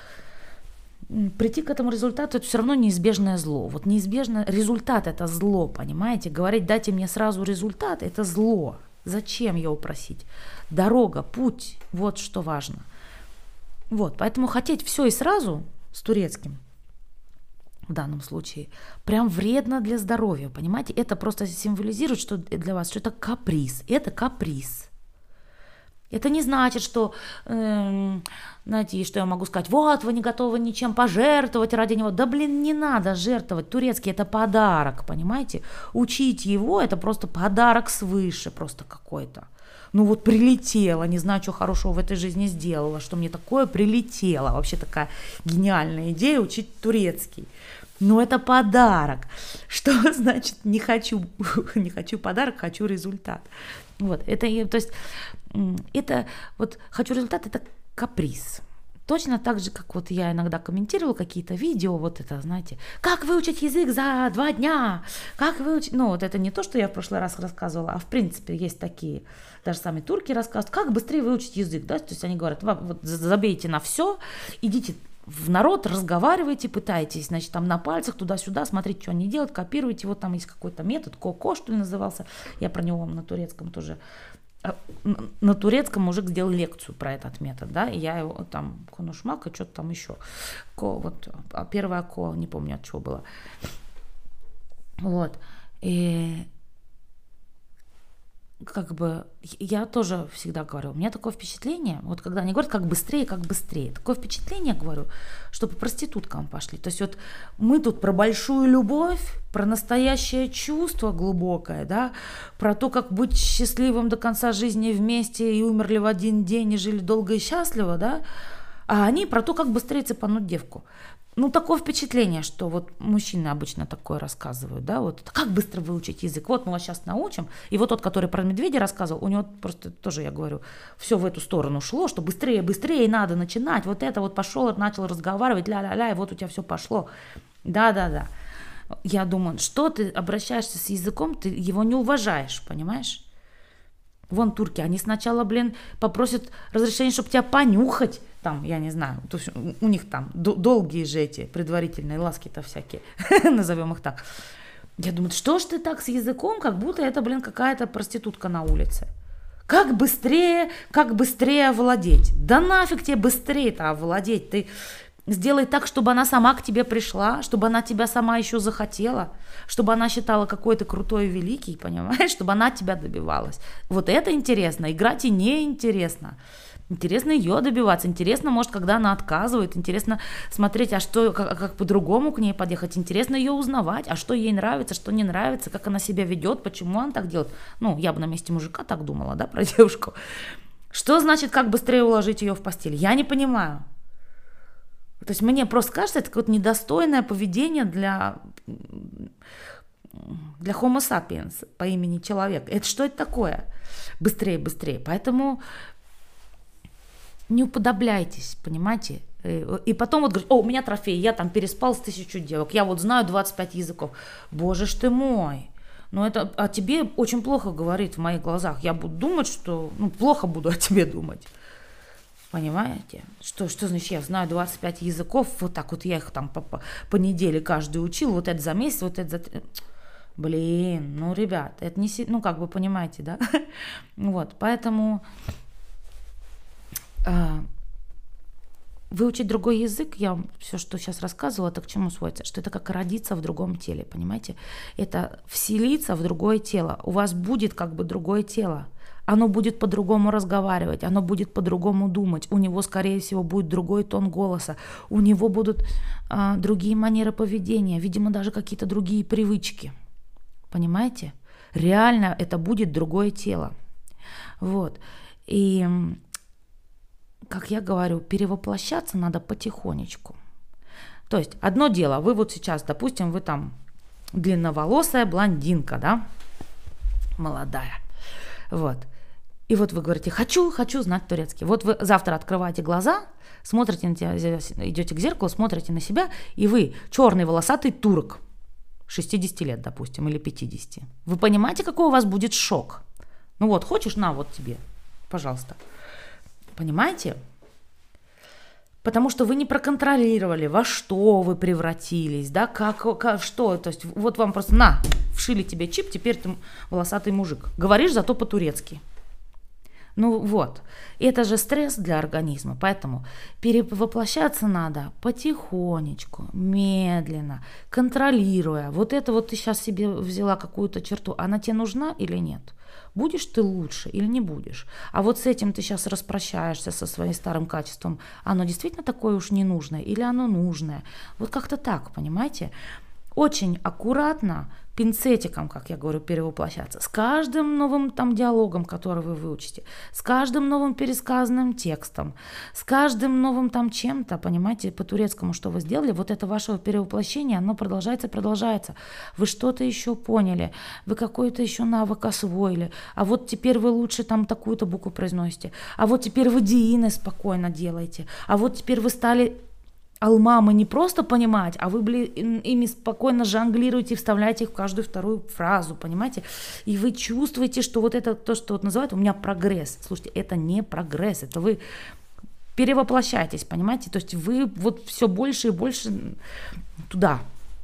прийти к этому результату, это все равно неизбежное зло. Вот неизбежно результат – это зло, понимаете? Говорить: дайте мне сразу результат – это зло. Зачем его просить? Дорога, путь – вот что важно. Вот, поэтому хотеть все и сразу с турецким в данном случае прям вредно для здоровья, понимаете? Это просто символизирует, что для вас, что это каприз. Это каприз. Это не значит, что, э, знаете, что я могу сказать: вот, вы не готовы ничем пожертвовать ради него. Да, блин, не надо жертвовать. Турецкий – это подарок, понимаете? Учить его – это просто подарок свыше, просто какой-то. Ну вот прилетела, не знаю, что хорошего в этой жизни сделала, что мне такое прилетело. Вообще такая гениальная идея – учить турецкий. Но это подарок. Что значит не хочу, не хочу подарок, хочу результат? Вот, это, то есть, это, вот, хочу результат – это каприз. Точно так же, как вот я иногда комментировала какие-то видео, вот это, знаете, как выучить язык за два дня, как выучить, ну, вот это не то, что я в прошлый раз рассказывала, а в принципе есть такие, даже сами турки рассказывают, как быстрее выучить язык, да, то есть они говорят: вот забейте на все, идите в народ, разговариваете, пытаетесь, значит, там на пальцах туда-сюда, смотрите, что они делают, копируете. Вот там есть какой-то метод, Коко, что ли, назывался. Я про него вам на турецком тоже. На турецком мужик сделал лекцию про этот метод, да, и я его там, конушмак, и что-то там еще. Ко, вот, а первое ко, не помню, от чего было. Вот. И как бы я тоже всегда говорю, у меня такое впечатление, вот когда они говорят, как быстрее, как быстрее, такое впечатление, говорю, что по проституткам пошли. То есть вот мы тут про большую любовь, про настоящее чувство глубокое, да, про то, как быть счастливым до конца жизни вместе и умерли в один день и жили долго и счастливо, да, а они про то, как быстрее цепануть девку. Ну, такое впечатление, что вот мужчины обычно такое рассказывают, да, вот как быстро выучить язык, вот мы вас сейчас научим, и вот тот, который про медведя рассказывал, у него просто тоже, я говорю, все в эту сторону шло, что быстрее, быстрее надо начинать, вот это вот пошел, начал разговаривать, ля-ля-ля, и вот у тебя все пошло, да-да-да. Я думаю, что ты обращаешься с языком, ты его не уважаешь, понимаешь? Вон турки, они сначала, блин, попросят разрешения, чтобы тебя понюхать, там, я не знаю, то есть у них там долгие же эти предварительные ласки-то всякие, назовем их так. Я думаю, что ж ты так с языком, как будто это, блин, какая-то проститутка на улице. Как быстрее, как быстрее овладеть? Да нафиг тебе быстрее-то овладеть? Ты сделай так, чтобы она сама к тебе пришла, чтобы она тебя сама еще захотела, чтобы она считала, какой ты крутой и великий, понимаешь, чтобы она тебя добивалась. Вот это интересно, играть и неинтересно. Интересно ее добиваться, интересно, может, когда она отказывает, интересно смотреть, а что, как, как по-другому к ней подъехать, интересно ее узнавать, а что ей нравится, что не нравится, как она себя ведет, почему она так делает. Ну, я бы на месте мужика так думала, да, про девушку. Что значит, как быстрее уложить ее в постель? Я не понимаю. То есть мне просто кажется, это какое-то недостойное поведение для, для Homo sapiens по имени человек. Это что это такое? Быстрее, быстрее. Поэтому не уподобляйтесь, понимаете? И потом вот говорить, о, у меня трофей, я там переспал с тысячу девок, я вот знаю двадцать пять языков. Боже ж ты мой! Но это о тебе очень плохо говорит в моих глазах. Я буду думать, что... Ну, плохо буду о тебе думать. Понимаете? Что, что значит, я знаю двадцать пять языков, вот так вот я их там по, по, по неделе каждый учил, вот это за месяц, вот это за... Блин, ну, ребят, это не... Ну, как вы понимаете, да? Вот, поэтому... Выучить другой язык, я все, что сейчас рассказывала, это к чему сводится? Что это как родиться в другом теле, понимаете? Это вселиться в другое тело. У вас будет как бы другое тело. Оно будет по-другому разговаривать, оно будет по-другому думать. У него, скорее всего, будет другой тон голоса. У него будут а, другие манеры поведения, видимо, даже какие-то другие привычки. Понимаете? Реально это будет другое тело. Вот. И... Как я говорю, перевоплощаться надо потихонечку. То есть одно дело, вы вот сейчас, допустим, вы там длинноволосая блондинка, да, молодая, вот. И вот вы говорите, хочу, хочу знать турецкий. Вот вы завтра открываете глаза, смотрите на тебя, идете к зеркалу, смотрите на себя, и вы черный волосатый турок, шестьдесят лет, допустим, или пятьдесят. Вы понимаете, какой у вас будет шок? Ну вот, хочешь, на, вот тебе, пожалуйста. Понимаете? Потому что вы не проконтролировали, во что вы превратились, да, как, как что. То есть вот вам просто на, вшили тебе чип, теперь ты волосатый мужик. Говоришь зато по-турецки. Ну вот, это же стресс для организма, поэтому перевоплощаться надо потихонечку, медленно, контролируя. Вот это вот ты сейчас себе взяла какую-то черту, она тебе нужна или нет? Будешь ты лучше или не будешь? А вот с этим ты сейчас распрощаешься со своим старым качеством. Оно действительно такое уж ненужное или оно нужное? Вот как-то так, понимаете? Очень аккуратно, пинцетиком, как я говорю, перевоплощаться. С каждым новым там диалогом, который вы выучите, с каждым новым пересказанным текстом, с каждым новым там чем-то, понимаете, по-турецкому, что вы сделали, вот это ваше перевоплощение, оно продолжается, продолжается. Вы что-то еще поняли, вы какой-то еще навык освоили, а вот теперь вы лучше там такую-то букву произносите, а вот теперь вы диины спокойно делаете, а вот теперь вы стали... алмамы не просто понимать, а вы, блин, ими спокойно жонглируете, вставляете их в каждую вторую фразу, понимаете? И вы чувствуете, что вот это то, что вот называют у меня прогресс. Слушайте, это не прогресс, это вы перевоплощайтесь, понимаете? То есть вы вот все больше и больше туда,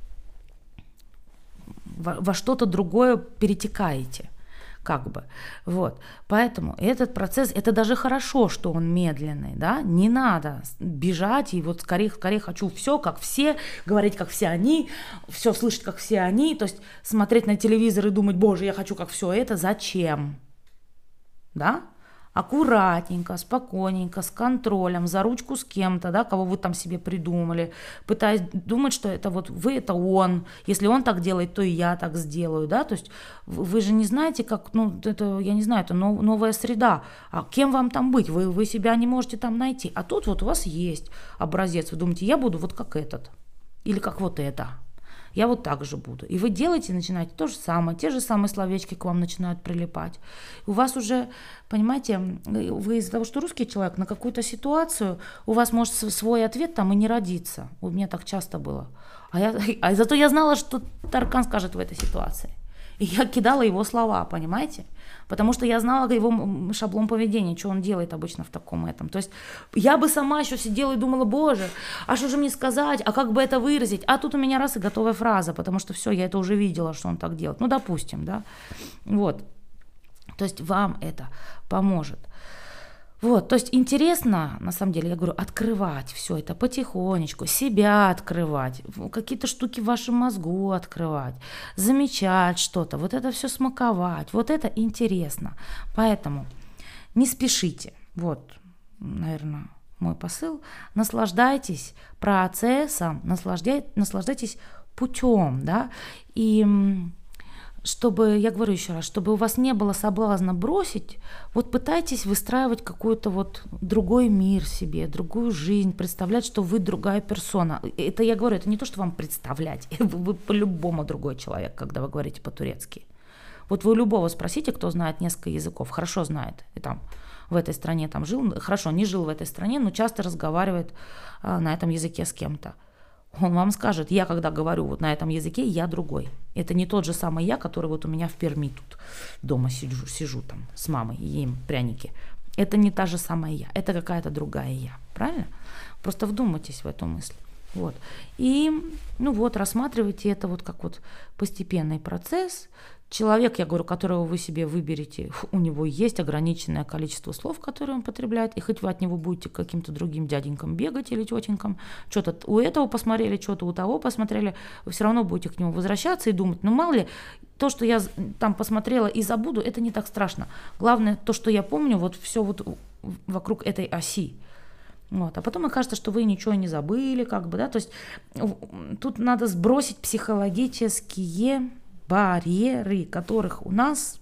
во, во что-то другое перетекаете. Как бы, вот, поэтому этот процесс, это даже хорошо, что он медленный, да, не надо бежать и вот скорее, скорее хочу все, как все, говорить, как все они, все слышать, как все они, то есть смотреть на телевизор и думать, боже, я хочу, как все это, зачем, да? Аккуратненько, спокойненько, с контролем, за ручку с кем-то, да, кого вы там себе придумали, пытаясь думать, что это вот вы, это он, если он так делает, то и я так сделаю, да, то есть вы же не знаете, как, ну, это, я не знаю, это новая среда, а кем вам там быть, вы, вы себя не можете там найти, а тут вот у вас есть образец, вы думаете, я буду вот как этот, или как вот это. Я вот так же буду. И вы делаете, начинаете то же самое, те же самые словечки к вам начинают прилипать. У вас уже, понимаете, вы из-за того, что русский человек, на какую-то ситуацию, у вас может свой ответ там и не родиться. У меня так часто было. А, я, а зато я знала, что Таркан скажет в этой ситуации. И я кидала его слова, понимаете? Потому что я знала его шаблон поведения, что он делает обычно в таком этом. То есть я бы сама еще сидела и думала, боже, а что же мне сказать, а как бы это выразить? А тут у меня раз и готовая фраза, потому что все, я это уже видела, что он так делает. Ну, допустим, да. Вот. То есть вам это поможет. Вот, то есть интересно, на самом деле, я говорю, открывать все это потихонечку, себя открывать, какие-то штуки в вашем мозгу открывать, замечать что-то, вот это все смаковать, вот это интересно. Поэтому не спешите, вот, наверное, мой посыл, наслаждайтесь процессом, наслаждайтесь, наслаждайтесь путем, да, и... чтобы, я говорю еще раз, чтобы у вас не было соблазна бросить, вот пытайтесь выстраивать какой-то вот другой мир себе, другую жизнь, представлять, что вы другая персона. Это я говорю, это не то, что вам представлять, вы по-любому другой человек, когда вы говорите по-турецки. Вот вы у любого спросите, кто знает несколько языков, хорошо знает, и там в этой стране там жил, хорошо, не жил в этой стране, но часто разговаривает а, на этом языке с кем-то. Он вам скажет, я когда говорю вот на этом языке, я другой. Это не тот же самый я, который вот у меня в Перми тут дома сижу, сижу там с мамой и ем пряники. Это не та же самая я, это какая-то другая я, правильно? Просто вдумайтесь в эту мысль. Вот. И, ну вот, рассматривайте это вот как вот постепенный процесс. Человек, я говорю, которого вы себе выберете, у него есть ограниченное количество слов, которые он потребляет, и хоть вы от него будете к каким-то другим дяденькам бегать или тетенькам, что-то у этого посмотрели, что-то у того посмотрели, вы все равно будете к нему возвращаться и думать, ну мало ли, то, что я там посмотрела и забуду, это не так страшно. Главное, то, что я помню, вот все вот вокруг этой оси. Вот. А потом окажется, что вы ничего не забыли, как бы, да, то есть тут надо сбросить психологические барьеры, которых у нас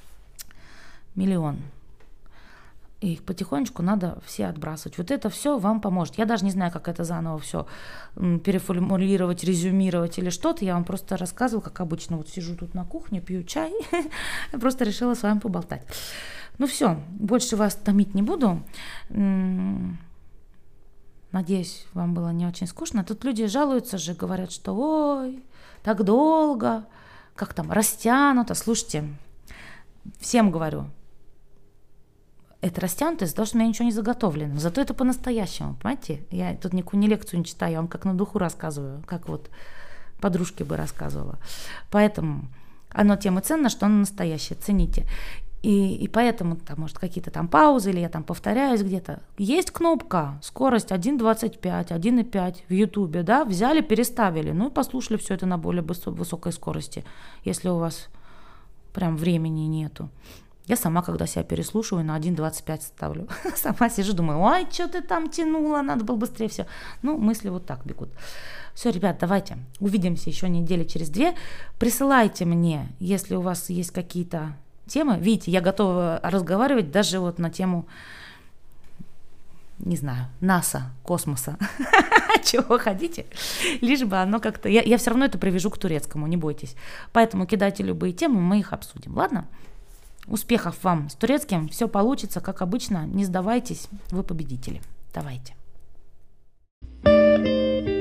миллион. И их потихонечку надо все отбрасывать. Вот это все вам поможет. Я даже не знаю, как это заново все переформулировать, резюмировать или что-то. Я вам просто рассказываю, как обычно. Вот сижу тут на кухне, пью чай. Просто решила с вами поболтать. Ну все, больше вас томить не буду. Надеюсь, вам было не очень скучно. Тут люди жалуются же, говорят, что ой, так долго. Как там, растянуто. Слушайте, всем говорю, это растянуто из-за того, что у меня ничего не заготовлено. Зато это по-настоящему, понимаете? Я тут никакую не лекцию не читаю, я вам как на духу рассказываю, как вот подружке бы рассказывала. Поэтому оно тем и ценно, что оно настоящее, цените. И, и поэтому, там, может, какие-то там паузы, или я там повторяюсь где-то. Есть кнопка, скорость один двадцать пять, один и пять в Ютубе, да, взяли, переставили, ну и послушали все это на более высокой скорости, если у вас прям времени нету. Я сама, когда себя переслушиваю, на один двадцать пять ставлю. Сама сижу, думаю, ой, что ты там тянула, надо было быстрее все. Ну, мысли вот так бегут. Все, ребят, давайте увидимся еще недели через две. Присылайте мне, если у вас есть какие-то темы. Видите, я готова разговаривать даже вот на тему, не знаю, НАСА, космоса. Чего хотите? Лишь бы оно как-то... Я, я все равно это привяжу к турецкому, не бойтесь. Поэтому кидайте любые темы, мы их обсудим. Ладно? Успехов вам с турецким. Все получится, как обычно. Не сдавайтесь, вы победители. Давайте.